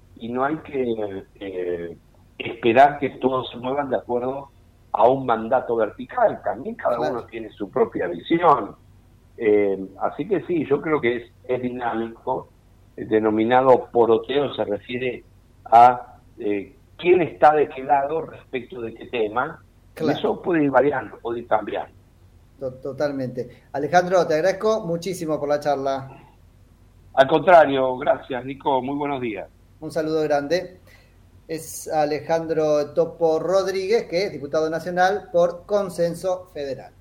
que esperar que todos se muevan de acuerdo a un mandato vertical, también cada uno tiene su propia visión. Así que sí, yo creo que es dinámico. El denominado poroteo se refiere a quién está de qué lado respecto de qué tema. Claro. Eso puede ir variando, puede ir cambiando. Totalmente. Alejandro, te agradezco muchísimo por la charla. Al contrario, gracias, Nico. Muy buenos días. Un saludo grande. Es Alejandro Topo Rodríguez, que es diputado nacional por Consenso Federal.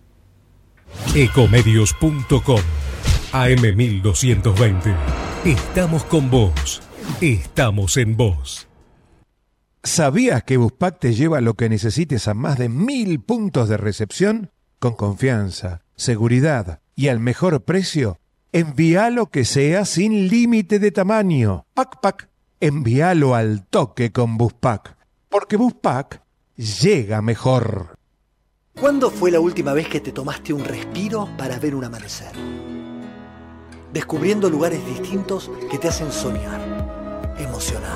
Ecomedios.com AM1220. Estamos con vos. Estamos en vos. ¿Sabías que Buspack te lleva lo que necesites a más de 1000 puntos de recepción? Con confianza, seguridad y al mejor precio. Envía lo que sea sin límite de tamaño. Pack. Envíalo al toque con Buspack. Porque Buspack llega mejor. ¿Cuándo fue la última vez que te tomaste un respiro para ver un amanecer? Descubriendo lugares distintos que te hacen soñar, emocionar.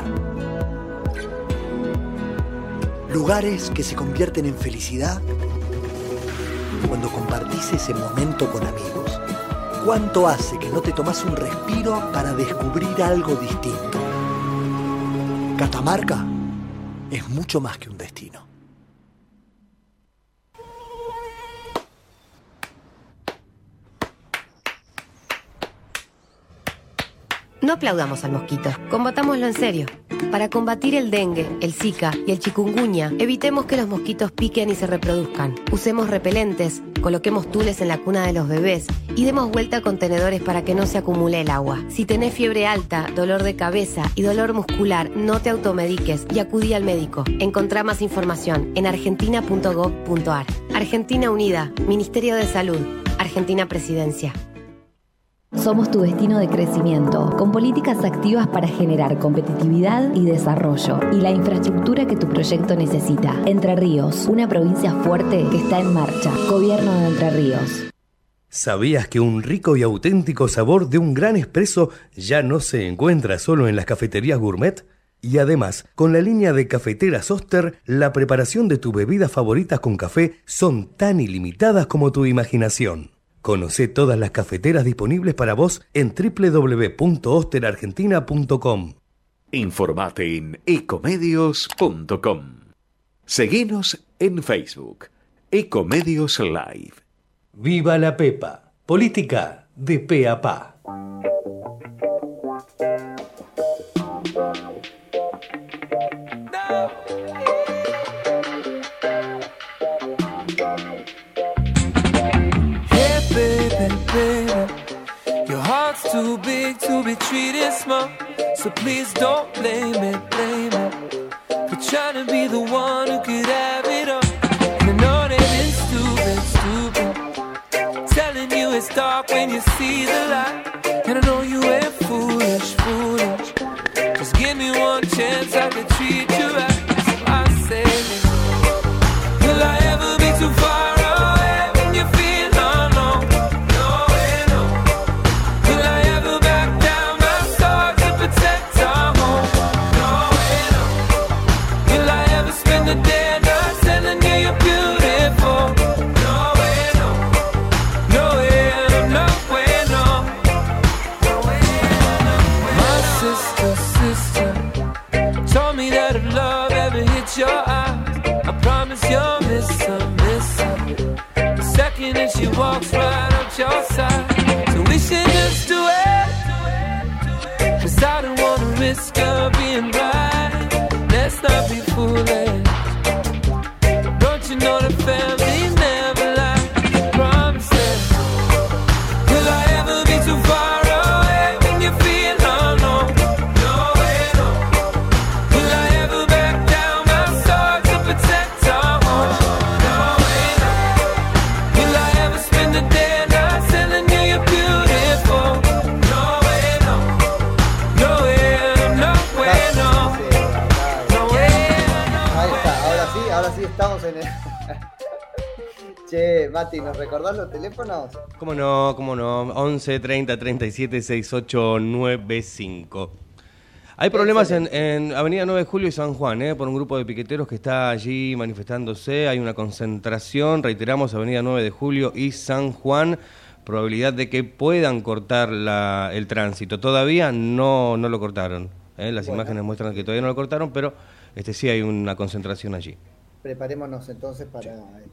Lugares que se convierten en felicidad cuando compartís ese momento con amigos. ¿Cuánto hace que no te tomás un respiro para descubrir algo distinto? Catamarca es mucho más que un destino. No aplaudamos al mosquito, combatámoslo en serio. Para combatir el dengue, el zika y el chikungunya, evitemos que los mosquitos piquen y se reproduzcan. Usemos repelentes, coloquemos tules en la cuna de los bebés y demos vuelta a contenedores para que no se acumule el agua. Si tenés fiebre alta, dolor de cabeza y dolor muscular, no te automediques y acudí al médico. Encontrá más información en argentina.gov.ar. Argentina Unida, Ministerio de Salud, Argentina Presidencia. Somos tu destino de crecimiento, con políticas activas para generar competitividad y desarrollo, y la infraestructura que tu proyecto necesita. Entre Ríos, una provincia fuerte que está en marcha. Gobierno de Entre Ríos. ¿Sabías que un rico y auténtico sabor de un gran espresso ya no se encuentra solo en las cafeterías gourmet? Y además, con la línea de cafeteras Oster, la preparación de tus bebidas favoritas con café son tan ilimitadas como tu imaginación. Conocé todas las cafeteras disponibles para vos en www.osterargentina.com. Informate en ecomedios.com. Seguinos en Facebook, Ecomedios Live. Viva la Pepa, política de pe a pa. big to be treated small. So please don't blame it for trying to be the one who could have it all. And I know they've been stupid, telling you it's dark when you see the light. And I know you ain't foolish. Just give me one chance, I could treat you right. So I say, will I ever be too far away when you feel alone? No way, no. Will I ever back down my sword to protect our home? No way, no. Will I ever spend the day not telling you you're beautiful? No way, no. No way, no way, no. My sister told me that if love ever hits your eyes, I promise you'll miss her. The second that she walks right up your side. So we should just do it, 'cause I don't wanna risk her being right. Let's not be foolish. Don't you know the family never lies? Promises. Will I ever be too far away when you feel alone? No way, no. Will I ever back down my sword to protect our home? No way, no. Will I ever spend the day not telling you you're beautiful? No way, no. No way, no way, no. No way, Ahí está, ahora sí estamos en el... Che, Mati, ¿nos recordás los teléfonos? ¿Cómo no? 11 30 37 68 95. Hay problemas en Avenida 9 de Julio y San Juan, por un grupo de piqueteros que está allí manifestándose. Hay una concentración, reiteramos, Avenida 9 de Julio y San Juan. Probabilidad de que puedan cortar el tránsito. Todavía no lo cortaron. Las imágenes muestran que todavía no lo cortaron, pero sí hay una concentración allí. Preparémonos entonces para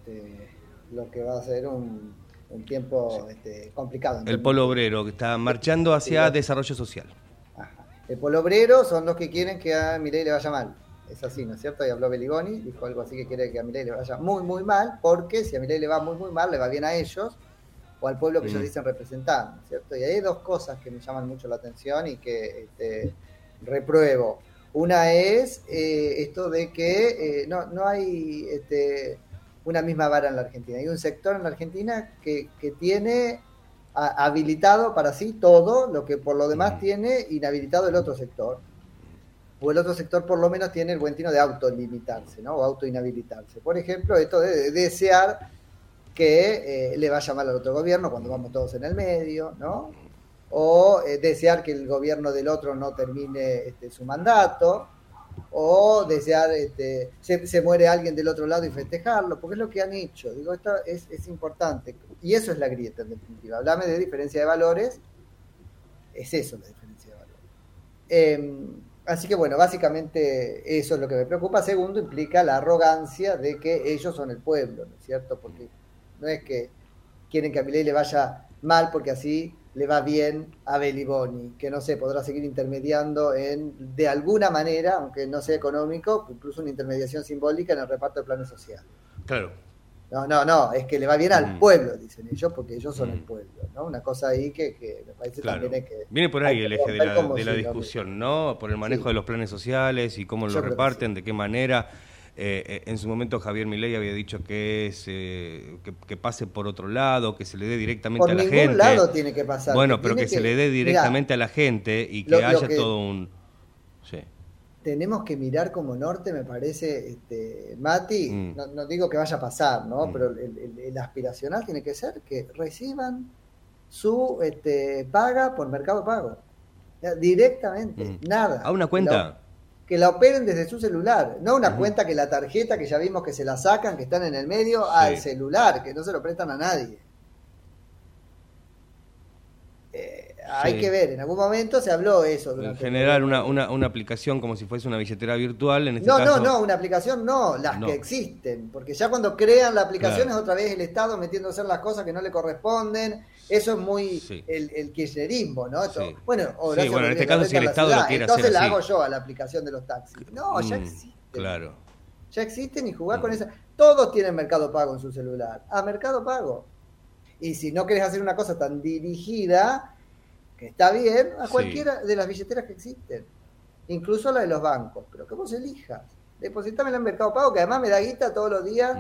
lo que va a ser un tiempo complicado. El Polo Obrero, que está marchando hacia desarrollo social. El Polo Obrero son los que quieren que a Milei le vaya mal. Es así, ¿no es cierto? Y habló Beligoni, dijo algo así que quiere que a Milei le vaya muy, muy mal, porque si a Milei le va muy, muy mal, le va bien a ellos o al pueblo que ellos dicen representar, ¿no es cierto? Y hay dos cosas que me llaman mucho la atención y que repruebo. Una es esto de que no hay una misma vara en la Argentina. Hay un sector en la Argentina que tiene habilitado para sí todo lo que por lo demás tiene inhabilitado el otro sector. O el otro sector por lo menos tiene el buen tino de autolimitarse, ¿no? O autoinhabilitarse. Por ejemplo, esto de desear que le vaya mal al otro gobierno cuando vamos todos en el medio, ¿no? O desear que el gobierno del otro no termine su mandato, o desear se muere alguien del otro lado y festejarlo, porque es lo que han hecho. Digo, esto es importante, y eso es la grieta en definitiva. Hablame de diferencia de valores, es eso la diferencia de valores. Así que bueno, básicamente eso es lo que me preocupa. Segundo, implica la arrogancia de que ellos son el pueblo, ¿no es cierto? Porque no es que quieren que a Milei le vaya mal porque así le va bien a Beligoni, que no sé, podrá seguir intermediando de alguna manera, aunque no sea económico, incluso una intermediación simbólica en el reparto de planes sociales. Claro. No, es que le va bien al pueblo, dicen ellos, porque ellos son el pueblo, ¿no? Una cosa ahí que me parece también hay que... Viene por ahí el eje de la discusión, ¿no? Por el manejo de los planes sociales y cómo lo reparten, de qué manera... en su momento Javier Milei había dicho que pase por otro lado, que se le dé directamente a la gente. Por ningún lado tiene que pasar. Bueno, pero que se le dé directamente a la gente y que haya todo un... Sí. Tenemos que mirar como norte, me parece, Mati, no digo que vaya a pasar, ¿no? Pero el aspiracional tiene que ser que reciban su paga por Mercado Pago. Directamente, nada. ¿A una cuenta? Que la operen desde su celular, no una cuenta que la tarjeta que ya vimos que se la sacan, que están en el medio, al celular, que no se lo prestan a nadie. Hay que ver, en algún momento se habló eso. Generar una aplicación como si fuese una billetera virtual, en este caso... No, una aplicación las que existen, porque ya cuando crean la aplicación es otra vez el Estado metiendo a hacer las cosas que no le corresponden. Eso es muy el kirchnerismo, ¿no? Bueno, en este caso si el Estado lo quiere hacer entonces la hago yo a la aplicación de los taxis. No, ya existen. Claro. Ya existen y jugar con esa... Todos tienen Mercado Pago en su celular. A Mercado Pago. Y si no querés hacer una cosa tan dirigida... que está bien, a cualquiera de las billeteras que existen, incluso la de los bancos, pero que vos elijas. Depositámela en Mercado Pago, que además me da guita todos los días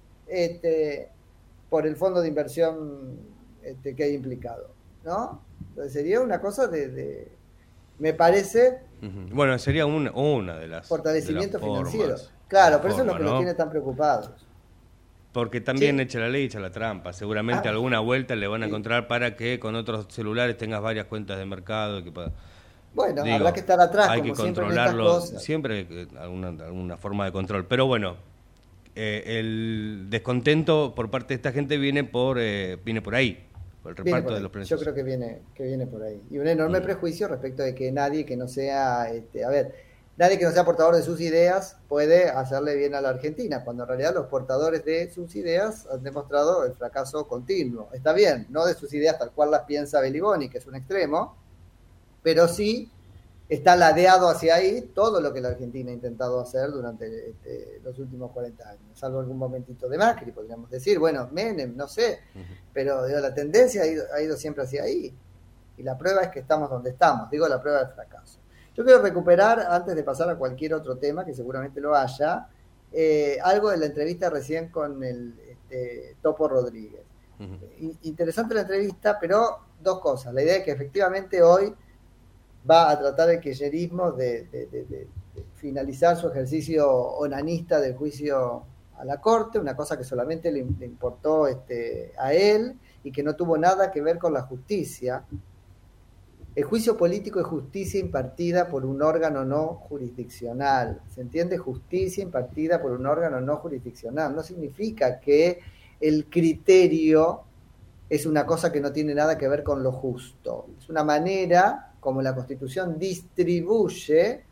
por el fondo de inversión que hay implicado, ¿no? Entonces sería una cosa me parece... Bueno, sería una de las fortalecimiento de las financiero. formas, Claro, pero eso es forma, lo que ¿no? los tiene tan preocupados. Porque también echa la ley, echa la trampa. Seguramente alguna vuelta le van a encontrar para que con otros celulares tengas varias cuentas de mercado. Que bueno, habrá que estar atrás, hay como que siempre controlarlo, en estas cosas. siempre hay alguna forma de control. Pero bueno, el descontento por parte de esta gente viene por ahí, por el reparto de los precios. Yo creo que viene por ahí. Y un enorme prejuicio respecto de que nadie que no sea, nadie que no sea portador de sus ideas puede hacerle bien a la Argentina, cuando en realidad los portadores de sus ideas han demostrado el fracaso continuo. Está bien, no de sus ideas tal cual las piensa Beliboni, que es un extremo, pero sí está ladeado hacia ahí todo lo que la Argentina ha intentado hacer durante los últimos 40 años, salvo algún momentito de Macri, podríamos decir, bueno, Menem, no sé, pero la tendencia ha ido siempre hacia ahí, y la prueba es que estamos donde estamos, digo la prueba del fracaso. Yo quiero recuperar, antes de pasar a cualquier otro tema, que seguramente lo haya, algo de la entrevista recién con el Topo Rodríguez. Interesante la entrevista, pero dos cosas. La idea es que efectivamente hoy va a tratar el kirchnerismo de finalizar su ejercicio onanista del juicio a la Corte, una cosa que solamente le importó a él y que no tuvo nada que ver con la justicia. El juicio político es justicia impartida por un órgano no jurisdiccional. ¿Se entiende? Justicia impartida por un órgano no jurisdiccional. No significa que el criterio es una cosa que no tiene nada que ver con lo justo. Es una manera como la Constitución distribuye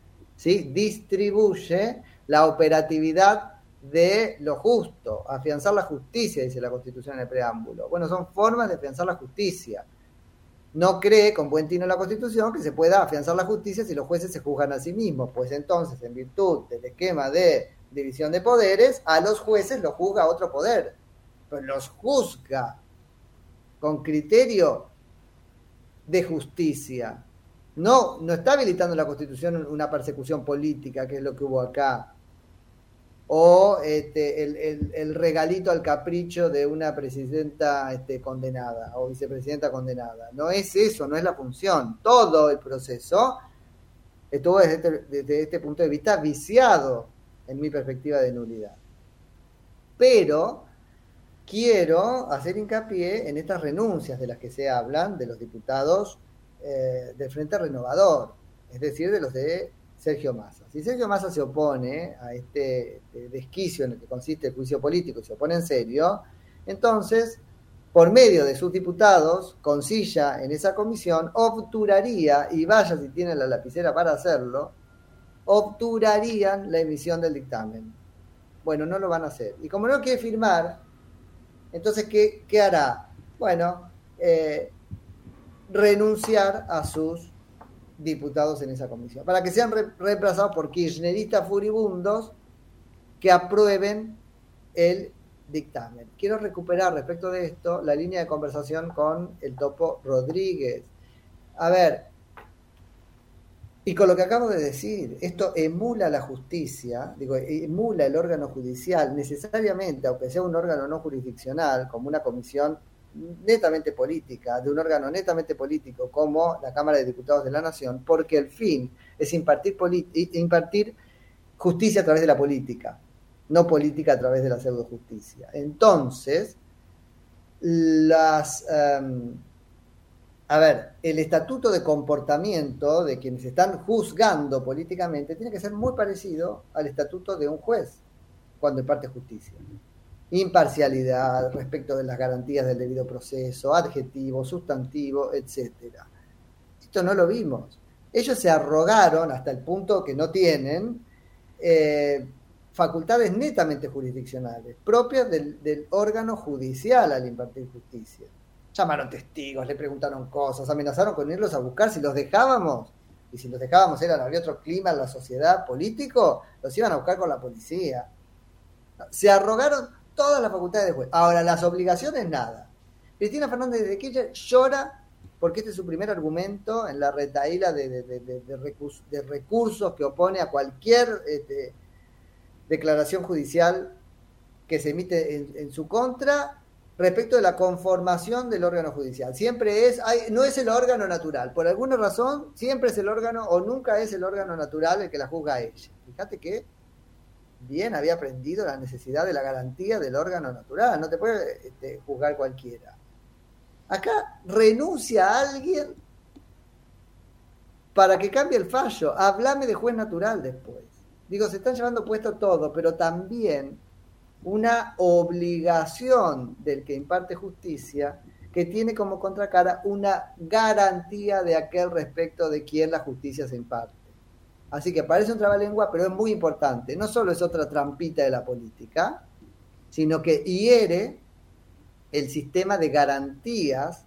la operatividad de lo justo. Afianzar la justicia, dice la Constitución en el preámbulo. Bueno, son formas de afianzar la justicia. No cree, con buen tino la Constitución, que se pueda afianzar la justicia si los jueces se juzgan a sí mismos, pues entonces, en virtud del esquema de división de poderes, a los jueces los juzga otro poder, pues los juzga con criterio de justicia. No está habilitando la Constitución una persecución política, que es lo que hubo acá, o el regalito al capricho de una presidenta condenada o vicepresidenta condenada. No es eso, no es la función. Todo el proceso estuvo desde este punto de vista viciado, en mi perspectiva de nulidad. Pero quiero hacer hincapié en estas renuncias de las que se hablan de los diputados del Frente Renovador, es decir, de los de Sergio Massa. Si Sergio Massa se opone a este desquicio en el que consiste el juicio político y se opone en serio, entonces, por medio de sus diputados, con silla en esa comisión, obturaría, y vaya si tienen la lapicera para hacerlo, obturarían la emisión del dictamen. Bueno, no lo van a hacer. Y como no quiere firmar, entonces, ¿qué hará? Bueno, renunciar a sus diputados en esa comisión, para que sean reemplazados por kirchneristas furibundos que aprueben el dictamen. Quiero recuperar respecto de esto la línea de conversación con el Topo Rodríguez. A ver, y con lo que acabo de decir, esto emula la justicia, emula el órgano judicial necesariamente, aunque sea un órgano no jurisdiccional, como una comisión netamente política, de un órgano netamente político como la Cámara de Diputados de la Nación, porque el fin es impartir justicia a través de la política, no política a través de la pseudojusticia. Entonces, el estatuto de comportamiento de quienes están juzgando políticamente tiene que ser muy parecido al estatuto de un juez cuando imparte justicia. Imparcialidad respecto de las garantías del debido proceso, adjetivo, sustantivo, etcétera. Esto no lo vimos. Ellos se arrogaron hasta el punto que no tienen facultades netamente jurisdiccionales, propias del órgano judicial al impartir justicia. Llamaron testigos, le preguntaron cosas, amenazaron con irlos a buscar si los dejábamos, y si los dejábamos había otro clima en la sociedad político, los iban a buscar con la policía. Se arrogaron todas las facultades de juez. Ahora, las obligaciones, nada. Cristina Fernández de Kirchner llora porque este es su primer argumento en la retahíla de recursos que opone a cualquier declaración judicial que se emite en su contra respecto de la conformación del órgano judicial. Siempre no es el órgano natural. Por alguna razón, siempre es el órgano, o nunca es el órgano natural el que la juzga a ella. Fíjate que bien había aprendido la necesidad de la garantía del órgano natural. No te puede juzgar cualquiera. Acá renuncia a alguien para que cambie el fallo. Háblame de juez natural después. Digo, se están llevando puesto todo, pero también una obligación del que imparte justicia que tiene como contracara una garantía de aquel respecto de quien la justicia se imparte. Así que parece un trabalengua, pero es muy importante. No solo es otra trampita de la política, sino que hiere el sistema de garantías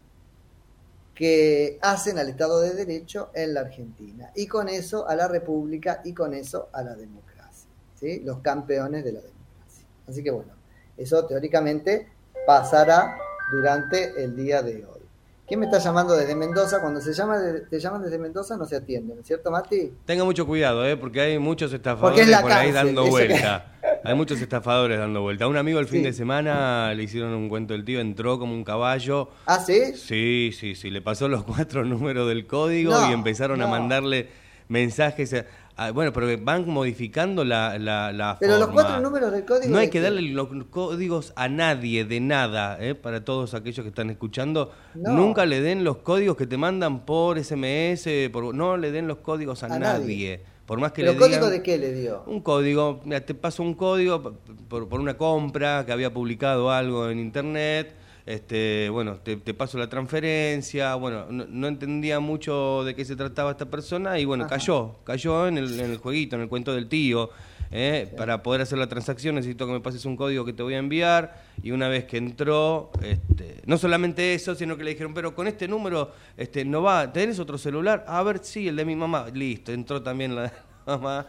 que hacen al Estado de Derecho en la Argentina. Y con eso a la República y con eso a la democracia. ¿Sí? Los campeones de la democracia. Así que bueno, eso teóricamente pasará durante el día de hoy. ¿Quién me está llamando desde Mendoza? Cuando te llaman desde Mendoza no se atienden, ¿no es cierto, Mati? Tenga mucho cuidado, porque hay muchos estafadores por ahí dando vuelta. Hay muchos estafadores dando vuelta. A un amigo el fin de semana le hicieron un cuento del tío, entró como un caballo. ¿Ah, sí? Sí, le pasó los 4 números del código y empezaron a mandarle mensajes. Bueno, pero van modificando la pero forma. Los 4 números del código... No hay que darle los códigos a nadie, de nada, para todos aquellos que están escuchando. No. Nunca le den los códigos que te mandan por SMS, no le den los códigos a nadie. Por más que ¿Pero le código digan, de qué le dio? Un código, mira, te paso un código por una compra que había publicado algo en internet. Bueno, te paso la transferencia. Bueno, no entendía mucho de qué se trataba esta persona y bueno, cayó en el jueguito, en el cuento del tío. Sí. Para poder hacer la transacción necesito que me pases un código que te voy a enviar. Y una vez que entró, no solamente eso, sino que le dijeron, pero con este número no va, ¿tenés otro celular? A ver, sí, el de mi mamá. Listo, entró también la de mamá.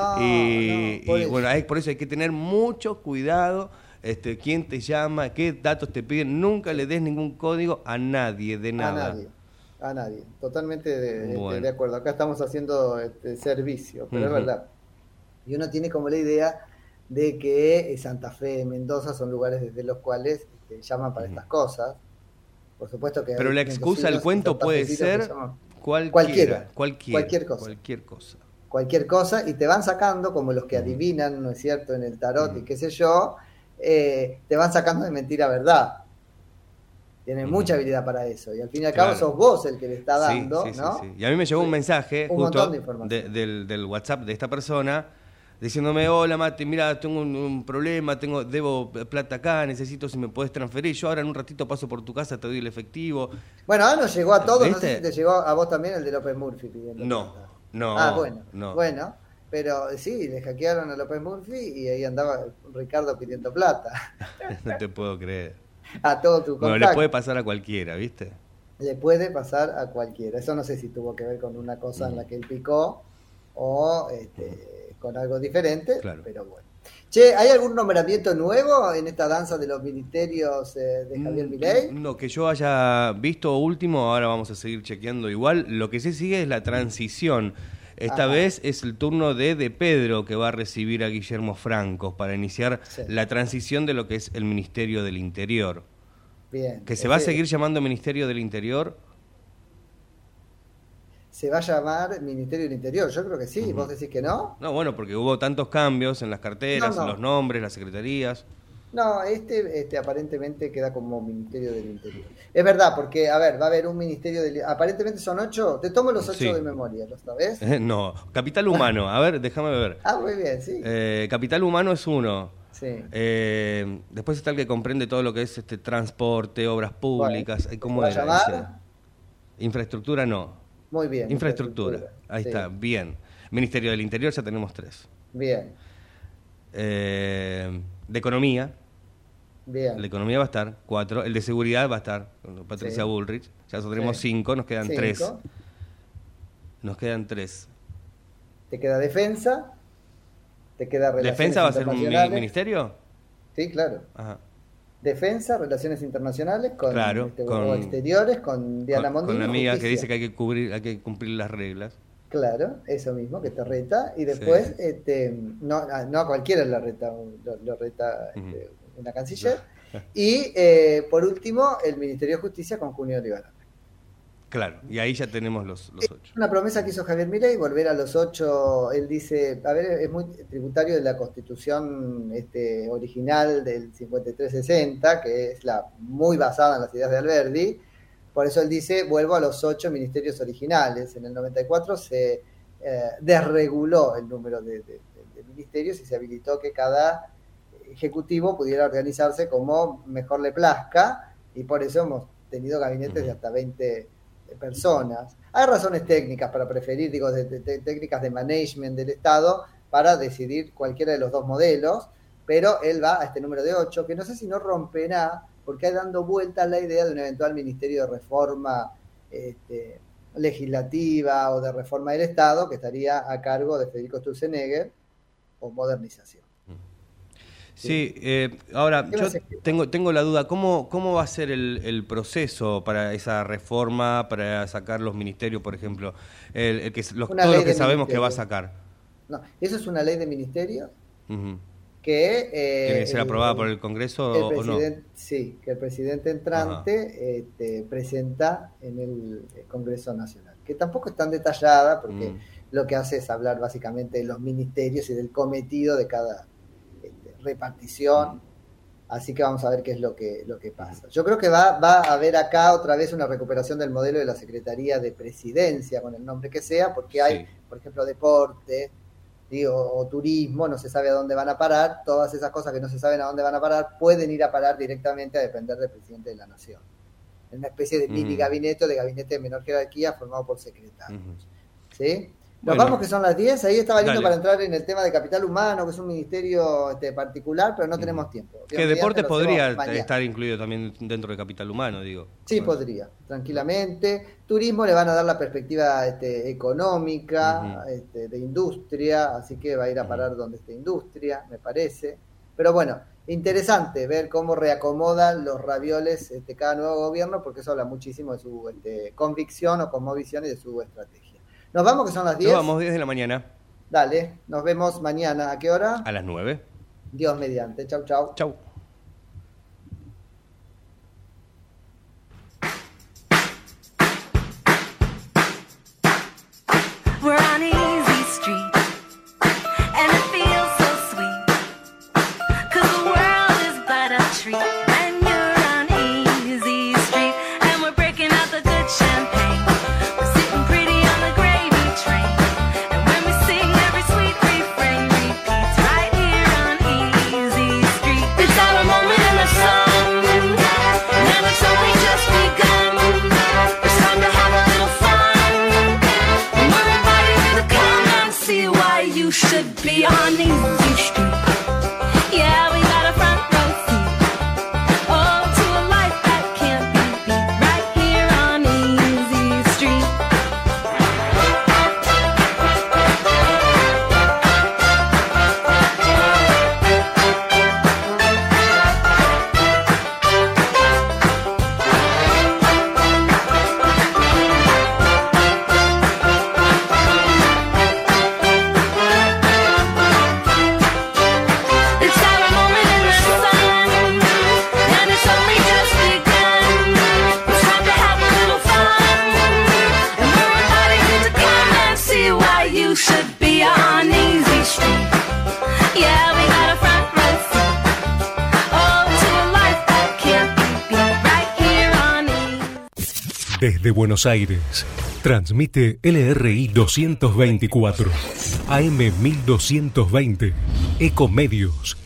Bueno, por eso hay que tener mucho cuidado. Quién te llama, qué datos te piden, nunca le des ningún código a nadie, de nada. A nadie, totalmente de acuerdo. Acá estamos haciendo servicio, pero es verdad. Y uno tiene como la idea de que Santa Fe, Mendoza son lugares desde los cuales llaman para estas cosas. Por supuesto que... Pero la excusa del cuento puede ser cualquier cosa. Cualquier cosa, y te van sacando, como los que adivinan, ¿no es cierto?, en el tarot y qué sé yo, te van sacando de mentira a verdad. Tienen mucha habilidad para eso. Y al fin y al cabo sos vos el que le está dando, ¿no? Sí. Y a mí me llegó un mensaje justo del WhatsApp de esta persona diciéndome, hola Mati, mira, tengo un problema, debo plata acá, necesito si me podés transferir. Yo ahora en un ratito paso por tu casa, te doy el efectivo. Bueno, nos llegó a todos, no sé si te llegó a vos también el de López Murphy pidiendo plata. Bueno, pero sí, le hackearon a López Murphy y ahí andaba Ricardo pidiendo plata. No te puedo creer. A todo tu contacto. Bueno, le puede pasar a cualquiera, ¿viste? Le puede pasar a cualquiera. Eso no sé si tuvo que ver con una cosa en la que él picó o con algo diferente, pero bueno. Che, ¿hay algún nombramiento nuevo en esta danza de los ministerios de Javier Milei? No, que yo haya visto último, ahora vamos a seguir chequeando igual. Lo que sí sigue es la transición. Esta vez es el turno de Pedro, que va a recibir a Guillermo Franco para iniciar la transición de lo que es el Ministerio del Interior. Bien. ¿Que se va a seguir llamando Ministerio del Interior? ¿Se va a llamar Ministerio del Interior? Yo creo que sí. ¿Vos decís que no? No, bueno, porque hubo tantos cambios en las carteras, en los nombres, las secretarías. No, aparentemente queda como Ministerio del Interior. Es verdad, porque, a ver, va a haber un Ministerio del... Aparentemente son 8. Te tomo los 8 de memoria, ¿lo sabés? No, Capital Humano. A ver, déjame ver. Muy bien, sí. Capital Humano es 1. Sí. Después está el que comprende todo lo que es transporte, obras públicas. ¿Cómo ¿va a llamar? Infraestructura no. Muy bien. Infraestructura. Ahí está, bien. Ministerio del Interior ya tenemos 3. Bien. De Economía. Bien. El de Economía va a estar 4. El de Seguridad va a estar con Patricia Bullrich. Ya tenemos 5, nos quedan 3. Nos quedan 3. ¿Te queda Defensa? ¿Te queda Relaciones ¿Defensa va a ser un ministerio? Sí, claro. Ajá. Defensa, Relaciones Internacionales, con, con o Exteriores, con Diana Mondino. Con la amiga Justicia. que dice que hay que cumplir las reglas. Claro, eso mismo, que te reta. Y después, no a cualquiera lo reta una canciller. Y por último, el Ministerio de Justicia con Junio Olivarán. Claro, y ahí ya tenemos los 8. Una promesa que hizo Javier Milei, volver a los 8. Él dice, a ver, es muy tributario de la Constitución original del 53-60, que es muy basada en las ideas de Alberdi. Por eso él dice, vuelvo a los 8 ministerios originales. En el 94 se desreguló el número de ministerios y se habilitó que cada ejecutivo pudiera organizarse como mejor le plazca, y por eso hemos tenido gabinetes de hasta 20 personas. Hay razones técnicas para preferir, técnicas de management del Estado para decidir cualquiera de los dos modelos, pero él va a este número de 8, que no sé si no romperá, porque hay dando vueltas la idea de un eventual ministerio de reforma legislativa o de reforma del Estado, que estaría a cargo de Federico Sturzenegger, o modernización. Sí, ahora yo tengo la duda, ¿cómo va a ser el proceso para esa reforma, para sacar los ministerios, por ejemplo? Todo lo que sabemos que va a sacar. No, eso es una ley de ministerios que ¿tiene que ser aprobada por el Congreso o no? Sí, que el presidente entrante presenta en el Congreso Nacional, que tampoco es tan detallada, porque lo que hace es hablar básicamente de los ministerios y del cometido de cada repartición, así que vamos a ver qué es lo que pasa. Yo creo que va a haber acá otra vez una recuperación del modelo de la Secretaría de Presidencia, con el nombre que sea, porque hay, por ejemplo, deporte, o turismo, no se sabe a dónde van a parar. Todas esas cosas que no se saben a dónde van a parar pueden ir a parar directamente a depender del presidente de la Nación, en una especie de mini gabinete, de gabinete de menor jerarquía formado por secretarios. ¿Sí? Nos vamos, que son las 10. Ahí estaba lindo para entrar en el tema de capital humano, que es un ministerio particular, pero no tenemos tiempo. Que deporte podría estar incluido también dentro de capital humano, digo. Sí, podría, tranquilamente. Turismo le van a dar la perspectiva económica, de industria, así que va a ir a parar donde esté industria, me parece. Pero bueno, interesante ver cómo reacomodan los ravioles cada nuevo gobierno, porque eso habla muchísimo de su convicción o cosmovisión y de su estrategia. Nos vamos, que son las 10. Nos vamos 10 de la mañana. Dale, nos vemos mañana. ¿A qué hora? A las 9. Dios mediante. Chau, chau. Chau. We're on Easy Street, and it feels so sweet, 'cause the world is but a treat when you're on Easy Street, and we're breaking out the good champagne. We're sitting pretty on the gravy train, and when we sing, every sweet refrain repeats right here on Easy Street. It's our moment in the sun, and it's only just begun. It's time to have a little fun. We're inviting you to come and see why you should be on Easy Street. Yeah, we got a front row seat. Oh, to a life that can't be beat. Right here on Easy Street. It's our moment in the sun, and it's only just begun. It's time to have a little fun, and we're inviting you to come and see why you should be on Easy Street. Yeah, we got a front row seat. Oh, to a life that can't be beat. Right here on Easy. Desde Buenos Aires, transmite LRI 224, AM 1220, Ecomedios.